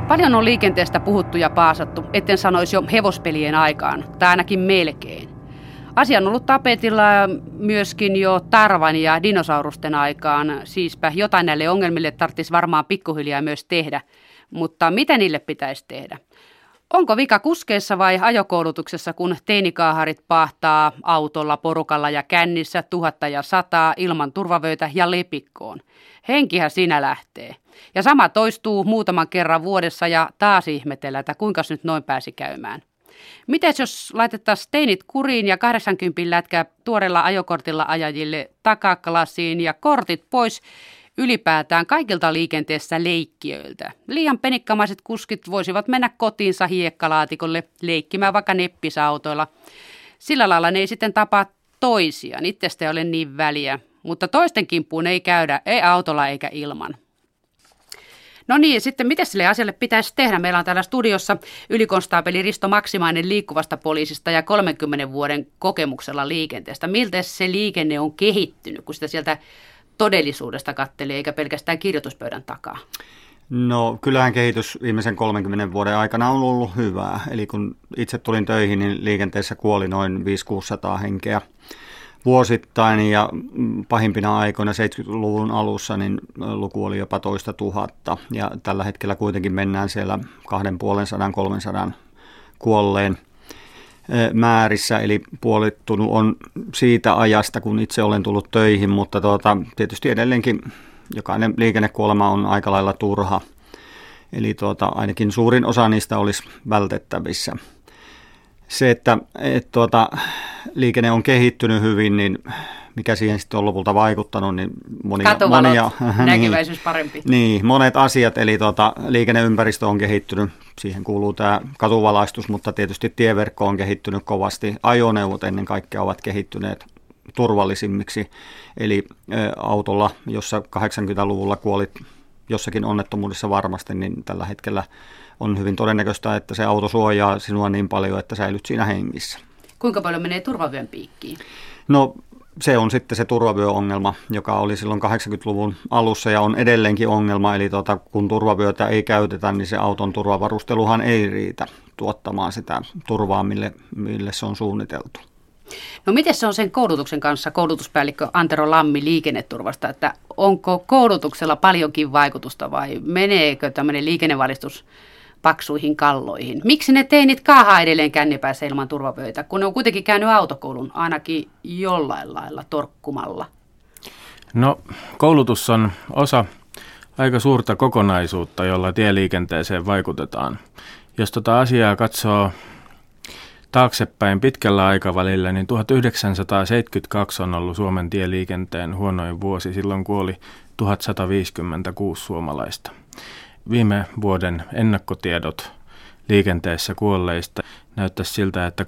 Paljon on liikenteestä puhuttu ja paasattu, etten sanoisi jo hevospelien aikaan, tai ainakin melkein. Asia on ollut tapetilla myöskin jo tarvan ja dinosaurusten aikaan, siispä jotain näille ongelmille tarvitsisi varmaan pikkuhiljaa myös tehdä. Mutta mitä niille pitäisi tehdä? Onko vika kuskeessa vai ajokoulutuksessa, kun teinikaaharit paahtaa autolla, porukalla ja kännissä 1000 ja 100 ilman turvavöitä ja lepikkoon? Henkihän siinä lähtee. Ja sama toistuu muutaman kerran vuodessa ja taas ihmetellään, että kuinka nyt noin pääsi käymään. Mites jos laitettaisiin teinit kuriin ja 80 lätkää tuorella ajokortilla ajajille takaklasiin ja kortit pois ylipäätään kaikilta liikenteessä leikkiöiltä? Liian penikkamaiset kuskit voisivat mennä kotiinsa hiekkalaatikolle leikkimään vaikka neppisautoilla. Sillä lailla ne ei sitten tapa toisiaan, itsestä ei ole niin väliä, mutta toisten kimppuun ei käydä, ei autolla eikä ilman. No niin, sitten mitä sille asialle pitäisi tehdä? Meillä on täällä studiossa ylikonstaapeli Risto Maksimainen liikkuvasta poliisista ja 30 vuoden kokemuksella liikenteestä. Miltä se liikenne on kehittynyt, kun sitä sieltä todellisuudesta katselee, eikä pelkästään kirjoituspöydän takaa? No kyllähän kehitys viimeisen 30 vuoden aikana on ollut hyvää. Eli kun itse tulin töihin, niin liikenteessä kuoli noin 500-600 henkeä vuosittain, ja pahimpina aikoina 70-luvun alussa niin luku oli jopa 200 000, ja tällä hetkellä kuitenkin mennään siellä 250-300 kuolleen määrissä, eli puolittunut on siitä ajasta, kun itse olen tullut töihin, mutta tietysti edelleenkin jokainen liikennekuolema on aika lailla turha, eli ainakin suurin osa niistä olisi vältettävissä. Se, että liikenne on kehittynyt hyvin, niin mikä siihen sitten on lopulta vaikuttanut, niin monia näkyväisyys parempi. Niin, monet asiat, eli liikenneympäristö on kehittynyt, siihen kuuluu tämä katuvalaistus, mutta tietysti tieverkko on kehittynyt kovasti, ajoneuvot ennen kaikkea ovat kehittyneet turvallisimmiksi, eli autolla, jossa 80-luvulla kuolit jossakin onnettomuudessa varmasti, niin tällä hetkellä on hyvin todennäköistä, että se auto suojaa sinua niin paljon, että säilyt siinä hengissä. Kuinka paljon menee turvavyön piikkiin? No se on sitten se turvavyöongelma, joka oli silloin 80-luvun alussa ja on edelleenkin ongelma. Eli kun turvavyötä ei käytetä, niin se auton turvavarusteluhan ei riitä tuottamaan sitä turvaa, mille se on suunniteltu. No miten se on sen koulutuksen kanssa, koulutuspäällikkö Antero Lammi liikenneturvasta, että onko koulutuksella paljonkin vaikutusta vai meneekö tämmöinen liikennevalistus paksuihin kalloihin? Miksi ne teinit kaahaa edelleen kännipäässä ilman turvavöitä, kun ne on kuitenkin käynyt autokoulun ainakin jollain lailla torkkumalla? No koulutus on osa aika suurta kokonaisuutta, jolla tieliikenteeseen vaikutetaan. Jos asiaa katsoo taaksepäin pitkällä aikavälillä, niin 1972 on ollut Suomen tieliikenteen huonoin vuosi. Silloin kuoli 1156 suomalaista. Viime vuoden ennakkotiedot liikenteessä kuolleista näyttäisi siltä, että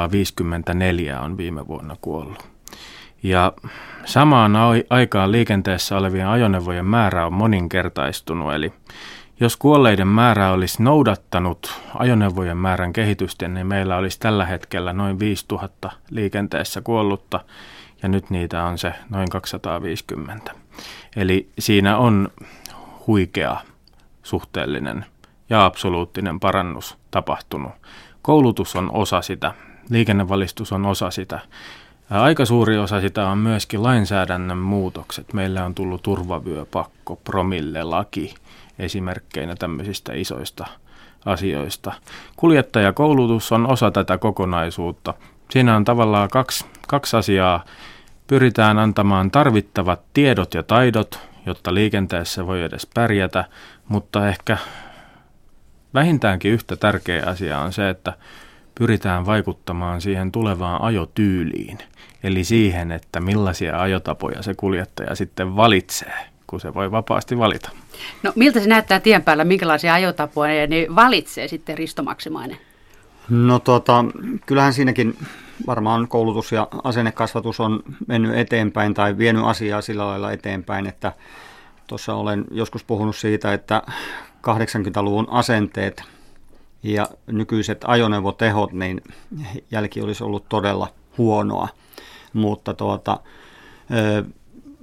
254 on viime vuonna kuollut. Ja samaan aikaan liikenteessä olevien ajoneuvojen määrä on moninkertaistunut, eli jos kuolleiden määrä olisi noudattanut ajoneuvojen määrän kehitystä, niin meillä olisi tällä hetkellä noin 5000 liikenteessä kuollutta, ja nyt niitä on se noin 250. Eli siinä on huikea suhteellinen ja absoluuttinen parannus tapahtunut. Koulutus on osa sitä, liikennevalistus on osa sitä. Aika suuri osa sitä on myöskin lainsäädännön muutokset. Meillä on tullut turvavyöpakko, promillelaki esimerkkeinä tämmöisistä isoista asioista. Kuljettajakoulutus on osa tätä kokonaisuutta. Siinä on tavallaan kaksi asiaa. Pyritään antamaan tarvittavat tiedot ja taidot, jotta liikenteessä voi edes pärjätä, mutta ehkä vähintäänkin yhtä tärkeä asia on se, että pyritään vaikuttamaan siihen tulevaan ajotyyliin, eli siihen, että millaisia ajotapoja se kuljettaja sitten valitsee, kun se voi vapaasti valita. No miltä se näyttää tien päällä, minkälaisia ajotapoja ne valitsee sitten Risto Maksimainen? No kyllähän siinäkin varmaan koulutus ja asennekasvatus on mennyt eteenpäin tai vienyt asiaa sillä lailla eteenpäin, että tuossa olen joskus puhunut siitä, että 80-luvun asenteet ja nykyiset ajoneuvotehot, niin jälki olisi ollut todella huonoa, mutta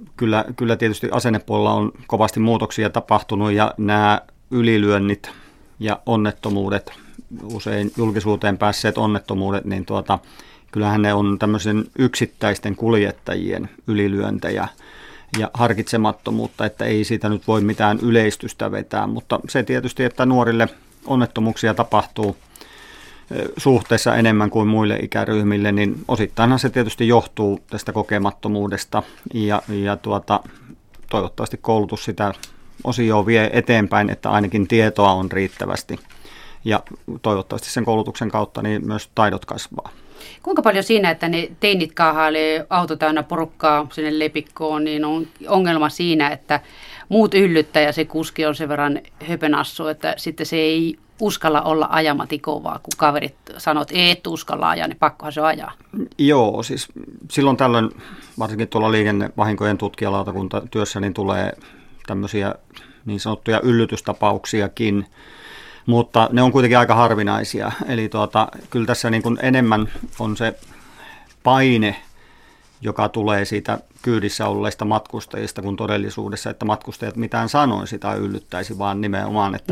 kyllä tietysti asennepuolella on kovasti muutoksia tapahtunut ja nämä ylilyönnit ja onnettomuudet, usein julkisuuteen päässeet onnettomuudet, niin kyllähän ne on tämmöisen yksittäisten kuljettajien ylilyöntejä ja harkitsemattomuutta, että ei siitä nyt voi mitään yleistystä vetää, mutta se tietysti, että nuorille onnettomuuksia tapahtuu suhteessa enemmän kuin muille ikäryhmille, niin osittainhan se tietysti johtuu tästä kokemattomuudesta ja toivottavasti koulutus sitä osioon vie eteenpäin, että ainakin tietoa on riittävästi ja toivottavasti sen koulutuksen kautta niin myös taidot kasvaa. Kuinka paljon siinä, että ne teinit kaahailee auto täynnä porukkaa sinne lepikkoon, niin on ongelma siinä, että muut yllyttää ja se kuski on sen verran höpönassu, että sitten se ei uskalla olla ajamatikovaa, kun kaverit sanoo, että et uskalla ajaa, niin pakkohan se ajaa. Joo, siis silloin tällöin, varsinkin tuolla liikennevahinkojen tutkijalautakuntatyössä, niin tulee tämmöisiä niin sanottuja yllytystapauksiakin, mutta ne on kuitenkin aika harvinaisia. Eli kyllä tässä niin kuin enemmän on se paine, joka tulee siitä kyydissä olleista matkustajista kuin todellisuudessa, että matkustajat mitään sanoisi tai yllyttäisi, vaan nimenomaan, että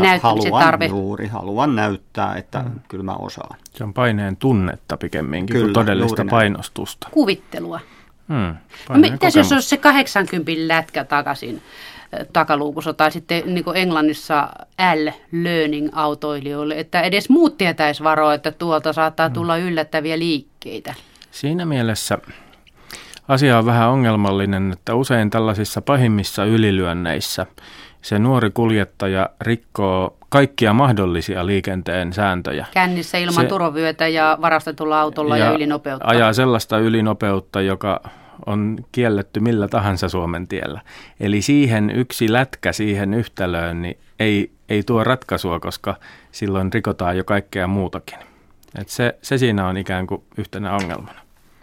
haluan näyttää, että kyllä mä osaan. Se on paineen tunnetta pikemminkin kuin todellista painostusta. Kuvittelua. Mitäs jos olisi se 80 lätkä takaisin takaluukussa tai sitten niin kuin Englannissa learning-autoilijoille, että edes muut tietäisi varoa, että tuolta saattaa tulla yllättäviä liikkeitä. Siinä mielessä asia on vähän ongelmallinen, että usein tällaisissa pahimmissa ylilyönneissä se nuori kuljettaja rikkoo kaikkia mahdollisia liikenteen sääntöjä. Kännissä ilman turvavyötä ja varastetulla autolla ja ylinopeutta. Ajaa sellaista ylinopeutta, joka on kielletty millä tahansa Suomen tiellä. Eli siihen yksi lätkä siihen yhtälöön niin ei tuo ratkaisua, koska silloin rikotaan jo kaikkea muutakin. Et se siinä on ikään kuin yhtenä ongelmana.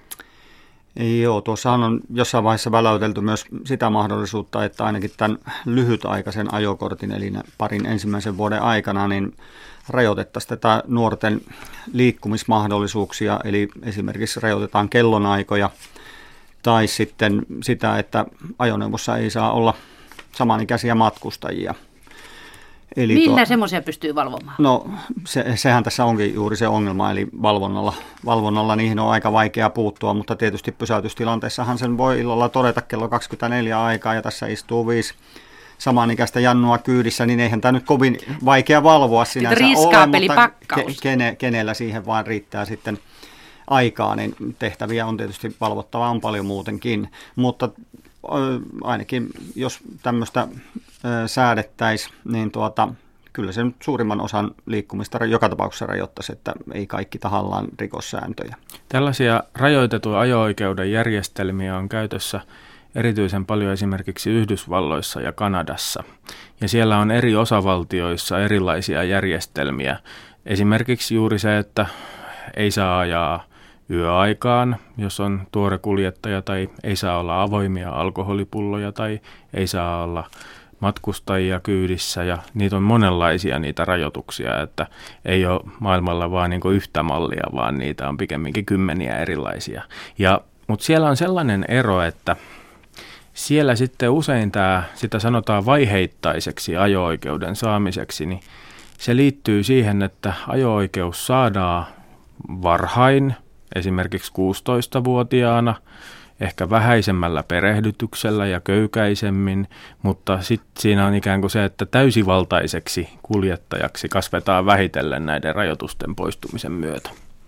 Joo, tuossa on jossain vaiheessa väläytelty myös sitä mahdollisuutta, että ainakin tämän lyhytaikaisen ajokortin, eli parin ensimmäisen vuoden aikana, niin rajoitettaisiin tätä nuorten liikkumismahdollisuuksia, eli esimerkiksi rajoitetaan kellonaikoja, tai sitten sitä, että ajoneuvossa ei saa olla samanikäisiä matkustajia. Eli millä semmoisia pystyy valvomaan? No sehän tässä onkin juuri se ongelma, eli valvonnalla niihin on aika vaikea puuttua, mutta tietysti pysäytystilanteessahan sen voi illalla todeta kello 24 aikaa ja tässä istuu 5 samanikäistä jannua kyydissä, niin eihän tämä nyt kovin vaikea valvoa sinänsä ole, mutta kenellä siihen vaan riittää sitten aikaa, niin tehtäviä on tietysti valvottavaa on paljon muutenkin, mutta ainakin jos tämmöistä säädettäisiin, niin kyllä se nyt suurimman osan liikkumista joka tapauksessa rajoittaisi, että ei kaikki tahallaan rikossääntöjä. Tällaisia rajoitetun ajo-oikeuden järjestelmiä on käytössä erityisen paljon esimerkiksi Yhdysvalloissa ja Kanadassa. Ja siellä on eri osavaltioissa erilaisia järjestelmiä. Esimerkiksi juuri se, että ei saa ajaa yöaikaan, jos on tuore kuljettaja, tai ei saa olla avoimia alkoholipulloja, tai ei saa olla matkustajia kyydissä, ja niitä on monenlaisia niitä rajoituksia, että ei ole maailmalla vaan niin kuin yhtä mallia, vaan niitä on pikemminkin kymmeniä erilaisia. Mutta siellä on sellainen ero, että siellä sitten usein sitä sanotaan vaiheittaiseksi ajo-oikeuden saamiseksi, niin se liittyy siihen, että ajo-oikeus saadaan varhain, esimerkiksi 16-vuotiaana, ehkä vähäisemmällä perehdytyksellä ja köykäisemmin, mutta sitten siinä on ikään kuin se, että täysivaltaiseksi kuljettajaksi kasvetaan vähitellen näiden rajoitusten poistumisen myötä.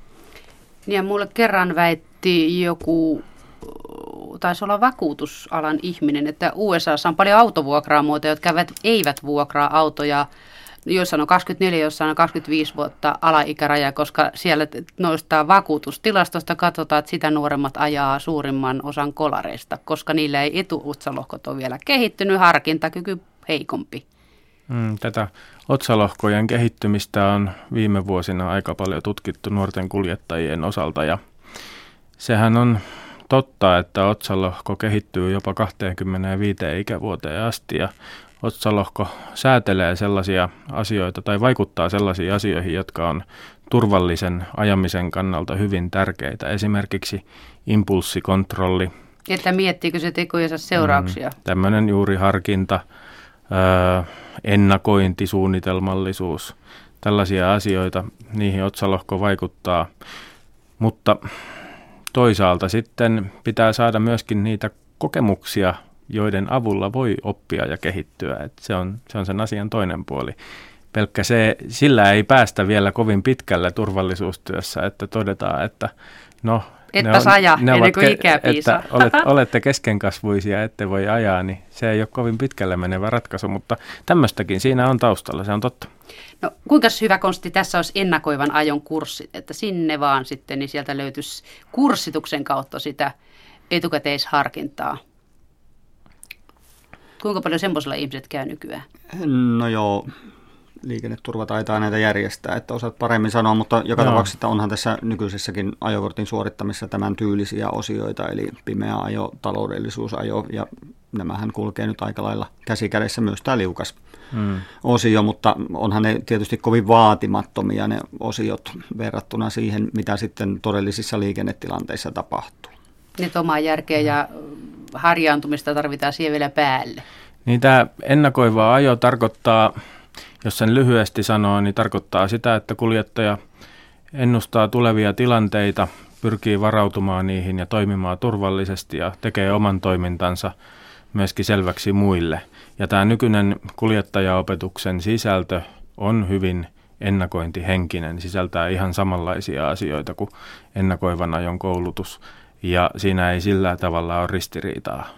Ja mulle kerran väitti joku, taisi olla vakuutusalan ihminen, että USAssa on paljon autovuokraamoita, jotka eivät vuokraa autoja, joissain on 24, joissain on 25 vuotta alaikäraja, koska siellä noista vakuutustilastosta katsotaan, että sitä nuoremmat ajaa suurimman osan kolareista, koska niillä ei etuotsalohkot ole vielä kehittynyt, harkintakyky heikompi. Tätä otsalohkojen kehittymistä on viime vuosina aika paljon tutkittu nuorten kuljettajien osalta, ja sehän on totta, että otsalohko kehittyy jopa 25 ikävuoteen asti, ja otsalohko säätelee sellaisia asioita tai vaikuttaa sellaisiin asioihin, jotka on turvallisen ajamisen kannalta hyvin tärkeitä. Esimerkiksi impulssikontrolli. Että miettiikö se tekojensa seurauksia? Tämmöinen juuri harkinta, ennakointi, suunnitelmallisuus. tällaisia asioita, niihin otsalohko vaikuttaa, mutta toisaalta sitten pitää saada myöskin niitä kokemuksia, joiden avulla voi oppia ja kehittyä. Et se on sen asian toinen puoli. Pelkkä sillä ei päästä vielä kovin pitkälle turvallisuustyössä, että todetaan, että no, etpäs aja ennen kuin ikää piisaa. Että olette keskenkasvuisia, ette voi ajaa, niin se ei ole kovin pitkälle menevä ratkaisu, mutta tämmöistäkin siinä on taustalla, se on totta. No kuinka hyvä konsti tässä olisi ennakoivan ajon kurssit, että sinne vaan sitten, niin sieltä löytyisi kurssituksen kautta sitä etukäteisharkintaa. Kuinka paljon semmoisella ihmiset käy nykyään? No joo, liikenneturva taitaa näitä järjestää, että osaat paremmin sanoa, mutta joka tapauksessa onhan tässä nykyisessäkin ajokortin suorittamissa tämän tyylisiä osioita, eli pimeä ajo, taloudellisuusajo, ja nämähän kulkee nyt aika lailla käsikädessä myös tämä liukas osio, mutta onhan ne tietysti kovin vaatimattomia ne osiot verrattuna siihen, mitä sitten todellisissa liikennetilanteissa tapahtuu. Nyt omaa järkeä ja harjaantumista tarvitaan siihen vielä päälle. Niin tämä ennakoiva ajo tarkoittaa, jos sen lyhyesti sanoo, niin tarkoittaa sitä, että kuljettaja ennustaa tulevia tilanteita, pyrkii varautumaan niihin ja toimimaan turvallisesti ja tekee oman toimintansa myöskin selväksi muille. Ja tämä nykyinen kuljettajaopetuksen sisältö on hyvin ennakointihenkinen, sisältää ihan samanlaisia asioita kuin ennakoivan ajon koulutus, ja siinä ei sillä tavalla ole ristiriitaa.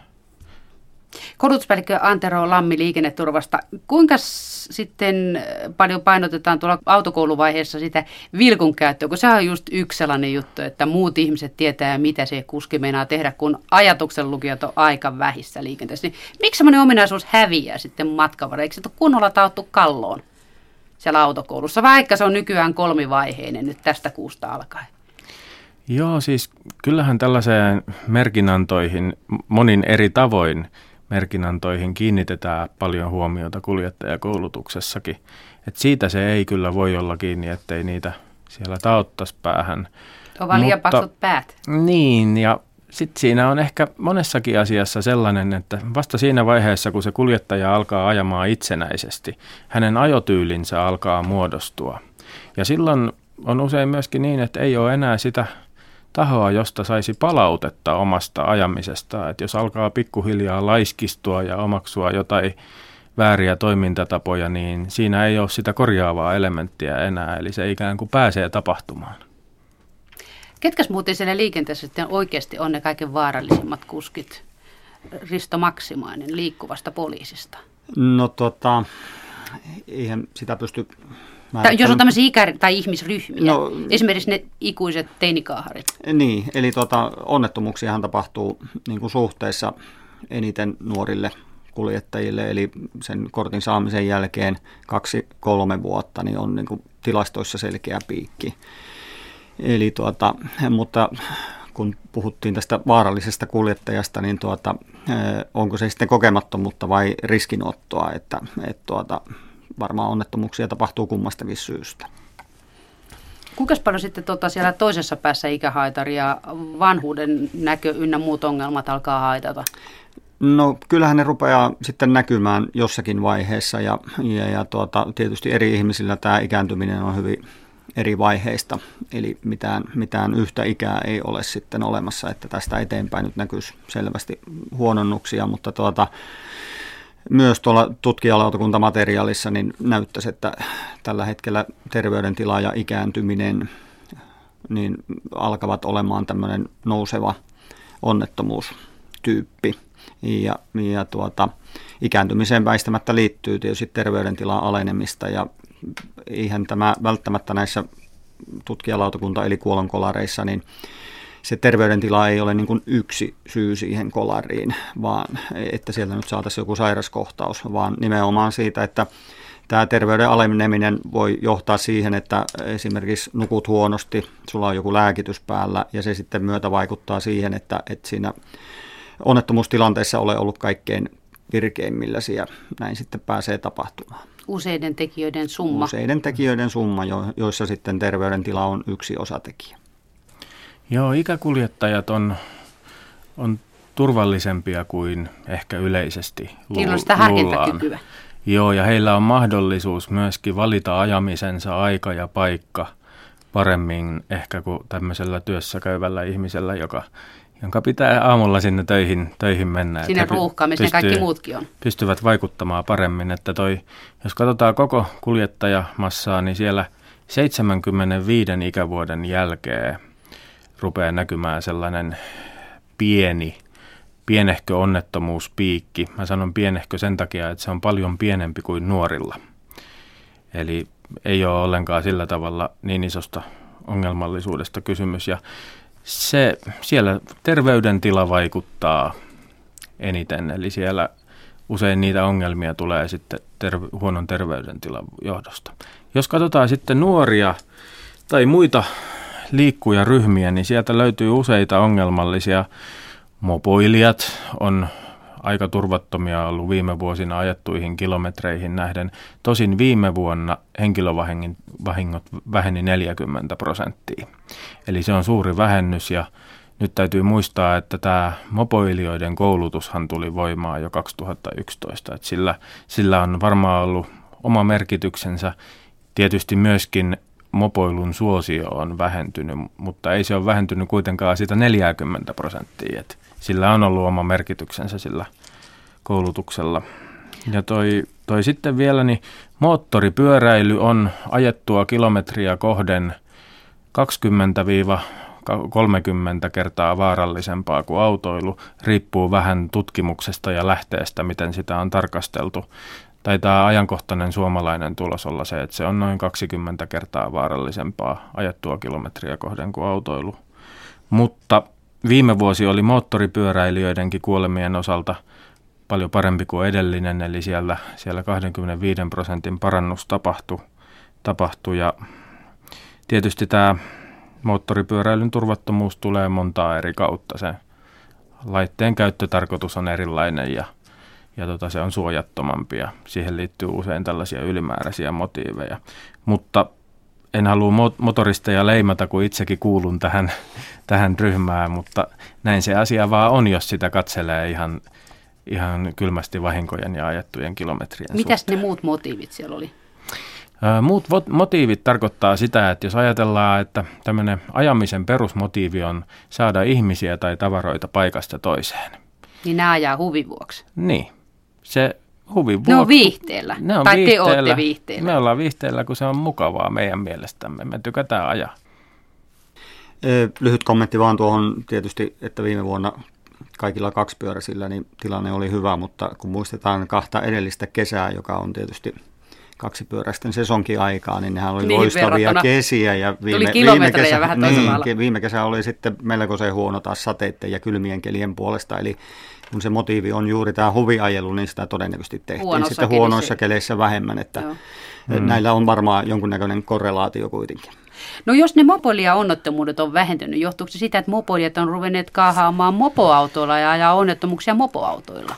Koulutuspäällikkö Antero Lammi liikenneturvasta. Kuinka sitten paljon painotetaan tuolla autokouluvaiheessa sitä vilkun käyttöä, kun se on just yksi sellainen juttu, että muut ihmiset tietää, mitä se kuski meinaa tehdä, kun ajatuksen lukijat on aika vähissä liikenteessä. Niin miksi semmoinen ominaisuus häviää sitten matkan varrella? Eikö se ole kunnolla taottu kalloon siellä autokoulussa, vaikka se on nykyään kolmivaiheinen nyt tästä kuusta alkaen? Joo, siis kyllähän tällaiseen merkinantoihin monin eri tavoin merkinantoihin kiinnitetään paljon huomiota kuljettajakoulutuksessakin. Et siitä se ei kyllä voi olla kiinni, ettei niitä siellä taottaisi päähän. On liian paksut päät. Niin, ja sitten siinä on ehkä monessakin asiassa sellainen, että vasta siinä vaiheessa, kun se kuljettaja alkaa ajamaan itsenäisesti, hänen ajotyylinsä alkaa muodostua. Ja silloin on usein myöskin niin, että ei ole enää sitä tahoa, josta saisi palautetta omasta ajamisestaan. Että jos alkaa pikkuhiljaa laiskistua ja omaksua jotain vääriä toimintatapoja, niin siinä ei ole sitä korjaavaa elementtiä enää, eli se ikään kuin pääsee tapahtumaan. Ketkäs muuten siellä liikenteessä sitten oikeasti on ne kaiken vaarallisimmat kuskit? Risto Maksimainen Liikkuvasta poliisista. No eihän sitä pysty... Jos on tämmöisiä tai ihmisryhmiä, esimerkiksi ne ikuiset teinikaaharit. Niin, eli onnettomuuksiahan tapahtuu niin kuin suhteessa eniten nuorille kuljettajille, eli sen kortin saamisen jälkeen 2-3 vuotta niin on niin kuin tilastoissa selkeä piikki. Eli mutta kun puhuttiin tästä vaarallisesta kuljettajasta, niin onko se sitten kokemattomuutta vai riskinottoa, että varmaan onnettomuuksia tapahtuu kummastakin syystä. Kuinka paljon sitten siellä toisessa päässä ikähaitari ja vanhuuden näkö ynnä muut ongelmat alkaa haitata? No kyllähän ne rupeaa sitten näkymään jossakin vaiheessa ja tietysti eri ihmisillä tämä ikääntyminen on hyvin eri vaiheista, eli mitään yhtä ikää ei ole sitten olemassa, että tästä eteenpäin nyt näkyisi selvästi huononnuksia, mutta myös tuolla tutkijalautakuntamateriaalissa niin näyttäisi, että tällä hetkellä terveydentila ja ikääntyminen niin alkavat olemaan tämmöinen nouseva onnettomuustyyppi. Ja ikääntymiseen väistämättä liittyy tietysti terveydentilan alenemista ja eihän tämä välttämättä näissä tutkijalautakunta- eli kuolonkolareissa, niin se terveydentila ei ole niin kuin yksi syy siihen kolariin, vaan että sieltä nyt saataisiin joku sairaskohtaus, vaan nimenomaan siitä, että tämä terveyden aleneminen voi johtaa siihen, että esimerkiksi nukut huonosti, sulla on joku lääkitys päällä ja se sitten myötä vaikuttaa siihen, että siinä onnettomuustilanteessa ole ollut kaikkein virkeimmilläsi ja näin sitten pääsee tapahtumaan. Useiden tekijöiden summa. Useiden tekijöiden summa, joissa sitten terveydentila on yksi osatekijä. Joo, ikäkuljettajat on turvallisempia kuin ehkä yleisesti niillä on sitä harkintakykyä. Joo, ja heillä on mahdollisuus myöskin valita ajamisensa aika ja paikka paremmin ehkä kuin tämmöisellä työssä käyvällä ihmisellä, jonka pitää aamulla sinne töihin mennä. Sinne ruuhkaan, missä kaikki muutkin on. Pystyvät vaikuttamaan paremmin, että jos katsotaan koko kuljettajamassaa, niin siellä 75 ikävuoden jälkeen rupeaa näkymään sellainen pienehkö onnettomuuspiikki. Mä sanon pienehkö sen takia, että se on paljon pienempi kuin nuorilla. Eli ei ole ollenkaan sillä tavalla niin isosta ongelmallisuudesta kysymys. Ja siellä terveydentila vaikuttaa eniten, eli siellä usein niitä ongelmia tulee sitten huonon terveydentilan johdosta. Jos katsotaan sitten nuoria tai muita liikkujaryhmiä, niin sieltä löytyy useita ongelmallisia. Mopoilijat on aika turvattomia ollut viime vuosina ajettuihin kilometreihin nähden. Tosin viime vuonna henkilövahingot väheni 40%. Eli se on suuri vähennys ja nyt täytyy muistaa, että tämä mopoilijoiden koulutushan tuli voimaan jo 2011. Että sillä on varmaan ollut oma merkityksensä. Tietysti myöskin mopoilun suosio on vähentynyt, mutta ei se ole vähentynyt kuitenkaan sitä 40%. Että sillä on ollut oma merkityksensä sillä koulutuksella. Ja toi sitten vielä, niin moottoripyöräily on ajettua kilometriä kohden 20-30 kertaa vaarallisempaa kuin autoilu. Riippuu vähän tutkimuksesta ja lähteestä, miten sitä on tarkasteltu. Taitaa ajankohtainen suomalainen tulos olla se, että se on noin 20 kertaa vaarallisempaa ajettua kilometriä kohden kuin autoilu. Mutta viime vuosi oli moottoripyöräilijöidenkin kuolemien osalta paljon parempi kuin edellinen, eli siellä 25% parannus tapahtui ja tietysti tämä moottoripyöräilyn turvattomuus tulee montaa eri kautta. Se laitteen käyttötarkoitus on erilainen ja se on suojattomampi ja siihen liittyy usein tällaisia ylimääräisiä motiiveja. Mutta en halua motoristeja leimata, kun itsekin kuulun tähän ryhmään, mutta näin se asia vaan on, jos sitä katselee ihan kylmästi vahinkojen ja ajettujen kilometrien Mitäs suhteen. ne muut motiivit siellä oli? Muut motiivit tarkoittaa sitä, että jos ajatellaan, että tämmöinen ajamisen perusmotiivi on saada ihmisiä tai tavaroita paikasta toiseen. Niin nämä ajaa huvin vuoksi. Niin. Se huvin vuoksi. Ne on viihteellä. Tai te olette viihteellä. Me ollaan viihteellä, kun se on mukavaa meidän mielestämme. Me tykätään ajaa. Lyhyt kommentti vaan tuohon tietysti, että viime vuonna kaikilla kaksipyöräisillä niin tilanne oli hyvä, mutta kun muistetaan 2 edellistä kesää, joka on tietysti kaksipyöräisten sesonkin aikaa, niin nehän oli loistavia kesiä. Ja viime kesä oli sitten melkoisen huono taas sateiden ja kylmien kelien puolesta, eli kun se motiivi on juuri tämä huviajelu, niin sitä todennäköisesti tehtiin sitten huonoissa keleissä vähemmän, että näillä on varmaan jonkunnäköinen korrelaatio kuitenkin. No jos ne mopoilija-onnettomuudet on vähentynyt, johtuuko se sitä, että mopoilijat on ruvenneet kaahaamaan mopoautoilla ja ajaa onnettomuuksia mopoautoilla?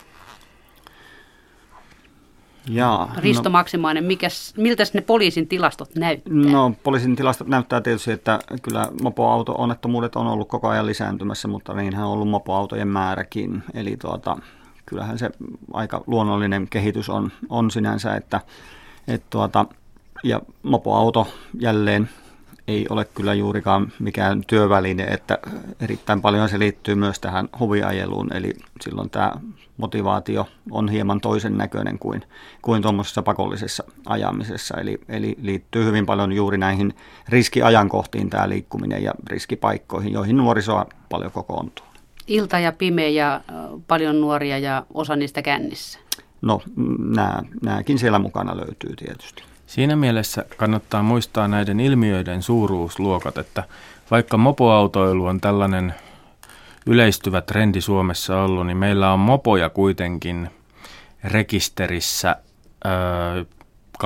Risto Maksimainen, miltä ne poliisin tilastot näyttää? No poliisin tilastot näyttää tietysti, että kyllä mopoauto-onnettomuudet on ollut koko ajan lisääntymässä, mutta niinhän on ollut mopoautojen määräkin. Eli kyllähän se aika luonnollinen kehitys on sinänsä, ja mopoauto jälleen ei ole kyllä juurikaan mikään työväline, että erittäin paljon se liittyy myös tähän huviajeluun, eli silloin tämä motivaatio on hieman toisen näköinen kuin tuommoisessa pakollisessa ajamisessa, eli liittyy hyvin paljon juuri näihin riskiajankohtiin tämä liikkuminen ja riskipaikkoihin, joihin nuorisoa paljon kokoontuu. Ilta ja pimeä ja paljon nuoria ja osa niistä kännissä. No nämäkin siellä mukana löytyy tietysti. Siinä mielessä kannattaa muistaa näiden ilmiöiden suuruusluokat, että vaikka mopoautoilu on tällainen yleistyvä trendi Suomessa ollut, niin meillä on mopoja kuitenkin rekisterissä 280-300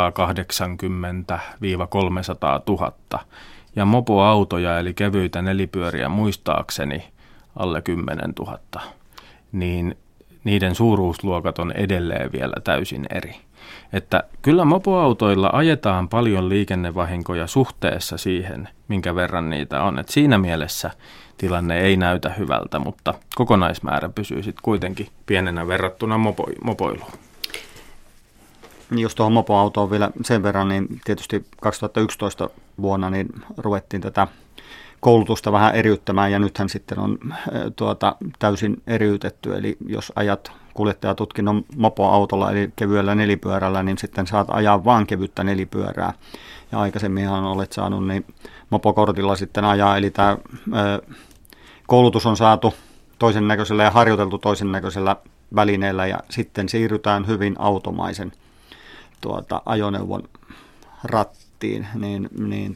000 ja mopoautoja eli kevyitä nelipyöriä muistaakseni alle 10 000, niin niiden suuruusluokat on edelleen vielä täysin eri. Että kyllä mopoautoilla ajetaan paljon liikennevahinkoja suhteessa siihen, minkä verran niitä on. Että siinä mielessä tilanne ei näytä hyvältä, mutta kokonaismäärä pysyy sitten kuitenkin pienenä verrattuna mopoiluun. Just tuohon mopoautoon vielä sen verran, niin tietysti 2011 vuonna niin ruvettiin tätä koulutusta vähän eriyttämään ja nythän sitten on täysin eriytetty. Eli jos ajat kuljettajatutkinnon mopoautolla eli kevyellä nelipyörällä, niin sitten saat ajaa vain kevyttä nelipyörää. Ja aikaisemminhan olet saanut niin mopokortilla sitten ajaa, eli tämä koulutus on saatu toisen näköisellä ja harjoiteltu toisen näköisellä välineellä ja sitten siirrytään hyvin automaisen ajoneuvon rattiin, niin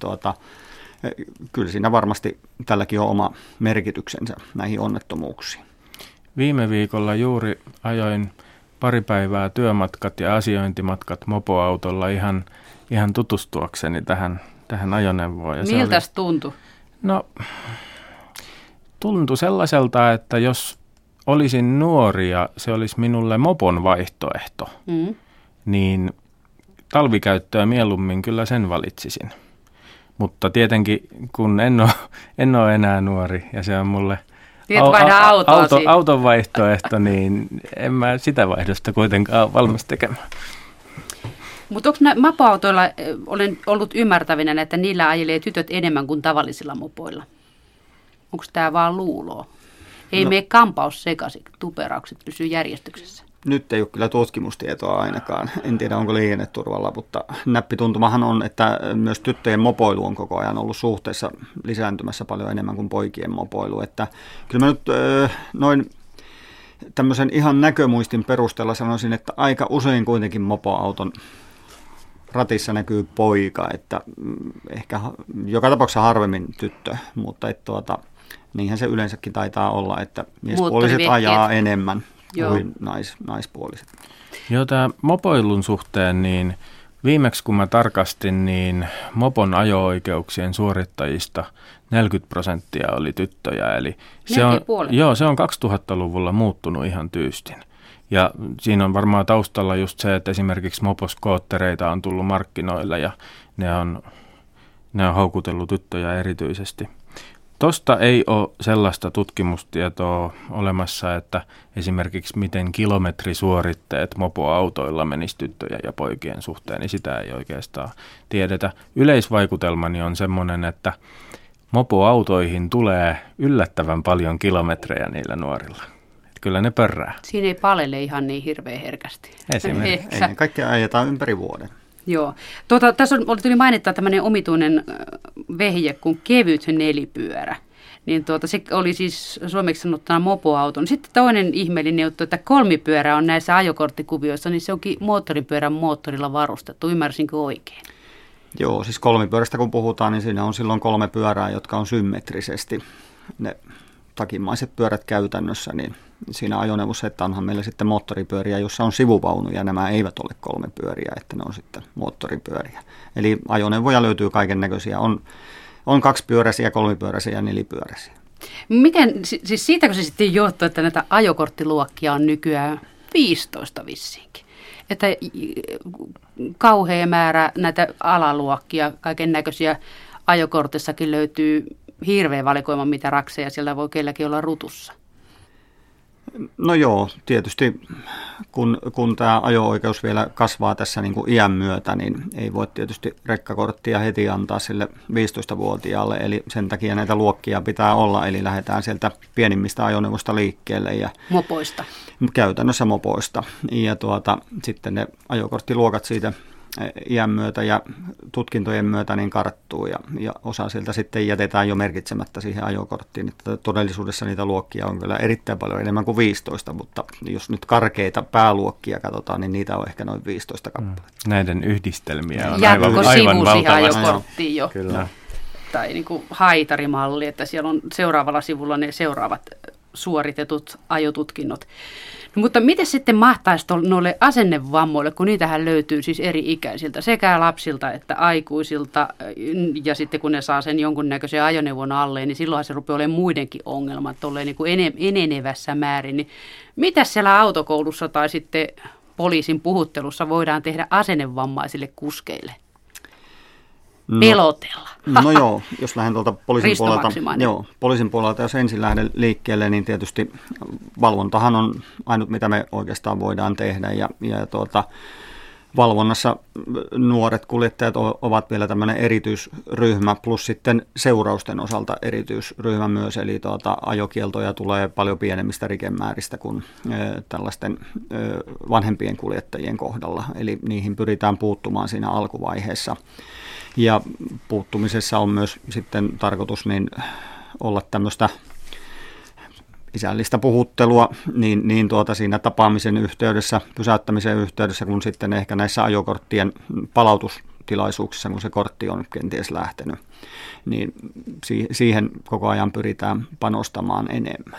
kyllä siinä varmasti tälläkin on oma merkityksensä näihin onnettomuuksiin. Viime viikolla juuri ajoin pari päivää työmatkat ja asiointimatkat mopoautolla ihan tutustuakseni tähän ajoneuvoon. Miltäs tuntui? No, tuntui sellaiselta, että jos olisin nuori ja se olisi minulle mopon vaihtoehto, niin talvikäyttöä mieluummin kyllä sen valitsisin. Mutta tietenkin, kun en ole enää nuori ja se on mulle auton vaihtoehto, niin en mä sitä vaihdosta kuitenkaan ole valmis tekemään. Mutta onko mopoautoilla, olen ollut ymmärtävinä, että niillä ajelee tytöt enemmän kuin tavallisilla mopoilla? Onko tämä vaan luuloa? Ei mene kampaus sekaisin, tuperaukset pysyy järjestyksessä. Nyt ei ole kyllä tutkimustietoa ainakaan. En tiedä, onko liikenneturvalla, mutta näppituntumahan on, että myös tyttöjen mopoilu on koko ajan ollut suhteessa lisääntymässä paljon enemmän kuin poikien mopoilu. Että kyllä mä nyt noin tämmöisen ihan näkömuistin perusteella sanoisin, että aika usein kuitenkin mopoauton ratissa näkyy poika, että ehkä joka tapauksessa harvemmin tyttö, mutta niinhän se yleensäkin taitaa olla, että miespuoliset ajaa enemmän kuin naispuoliset. Joo, tämä mopoilun suhteen, niin viimeksi kun mä tarkastin, niin mopon ajo-oikeuksien suorittajista 40% oli tyttöjä, eli se on 2000-luvulla muuttunut ihan tyystin. Ja siinä on varmaan taustalla just se, että esimerkiksi moposkoottereita on tullut markkinoille ja ne on houkutellut tyttöjä erityisesti. Tosta ei ole sellaista tutkimustietoa olemassa, että esimerkiksi miten kilometrisuoritteet mopoautoilla menisi tyttöjen ja poikien suhteen, niin sitä ei oikeastaan tiedetä. Yleisvaikutelmani on semmoinen, että mopoautoihin tulee yllättävän paljon kilometrejä niillä nuorilla. Että kyllä ne pörrää. Siinä ei palele ihan niin hirveän herkästi. Esimerkiksi. Ei, kaikkea ajetaan ympäri vuoden. Joo. Tässä tuli mainittaa tämmöinen omituinen vehje kuin kevyt nelipyörä. Niin se oli siis suomeksi sanottuna mopoauto. Sitten toinen ihmeellinen juttu, että kolmipyörä on näissä ajokorttikuvioissa, niin se onkin moottoripyörän moottorilla varustettu. Ymmärsinkö oikein? Joo, siis kolmipyörästä kun puhutaan, niin siinä on silloin 3 pyörää, jotka on symmetrisesti ne takimaiset pyörät käytännössä, niin siinä ajoneuvossa, että onhan meillä sitten moottoripyöriä, jossa on sivuvaunuja, nämä eivät ole 3 pyöriä, että ne on sitten moottoripyöriä. Eli ajoneuvoja löytyy kaiken näköisiä, on 2-pyöräisiä, 3-pyöräisiä ja 4-pyöräisiä. Miten, siis siitäkö se sitten johtuu, että näitä ajokorttiluokkia on nykyään 15 vissiinkin? Että kauhea määrä näitä alaluokkia, kaiken näköisiä ajokortissakin löytyy hirveä valikoima, mitä rakseja siellä voi kelläkin olla rutussa. No joo, tietysti kun tämä ajo-oikeus vielä kasvaa tässä niin kuin iän myötä, niin ei voi tietysti rekkakorttia heti antaa sille 15-vuotiaalle, eli sen takia näitä luokkia pitää olla, eli lähdetään sieltä pienimmistä ajoneuvosta liikkeelle. Ja mopoista. Käytännössä mopoista, ja sitten ne ajokorttiluokat siitä iän myötä ja tutkintojen myötä niin karttuu ja osa sieltä sitten jätetään jo merkitsemättä siihen ajokorttiin. Että todellisuudessa niitä luokkia on kyllä erittäin paljon enemmän kuin 15, mutta jos nyt karkeita pääluokkia katsotaan, niin niitä on ehkä noin 15 kappaletta. Näiden yhdistelmiä on aivan valtavasti. Ajokorttiin jo. Kyllä. Tai niin kuin haitarimalli, että siellä on seuraavalla sivulla ne seuraavat suoritetut ajotutkinnot. No, mutta miten sitten mahtaisi noille asennevammoille, kun niitähän löytyy siis eri ikäisiltä, sekä lapsilta että aikuisilta, ja sitten kun ne saa sen jonkunnäköisen ajoneuvon alle, niin silloinhan se rupeaa olemaan muidenkin ongelmat tolleen niin kuin enenevässä määrin. Niin mitä siellä autokoulussa tai sitten poliisin puhuttelussa voidaan tehdä asennevammaisille kuskeille? Pelotella. No joo, jos lähden tuolta poliisin puolelta, jos ensin lähden liikkeelle, niin tietysti valvontahan on ainut, mitä me oikeastaan voidaan tehdä. Ja valvonnassa nuoret kuljettajat ovat vielä tämmöinen erityisryhmä, plus sitten seurausten osalta erityisryhmä myös, eli ajokieltoja tulee paljon pienemmistä rikemääristä kuin tällaisten vanhempien kuljettajien kohdalla, eli niihin pyritään puuttumaan siinä alkuvaiheessa. Ja puuttumisessa on myös sitten tarkoitus niin olla tämmöistä isällistä puhuttelua niin siinä tapaamisen yhteydessä, pysäyttämisen yhteydessä, kun sitten ehkä näissä ajokorttien palautustilaisuuksissa, kun se kortti on kenties lähtenyt, niin siihen koko ajan pyritään panostamaan enemmän.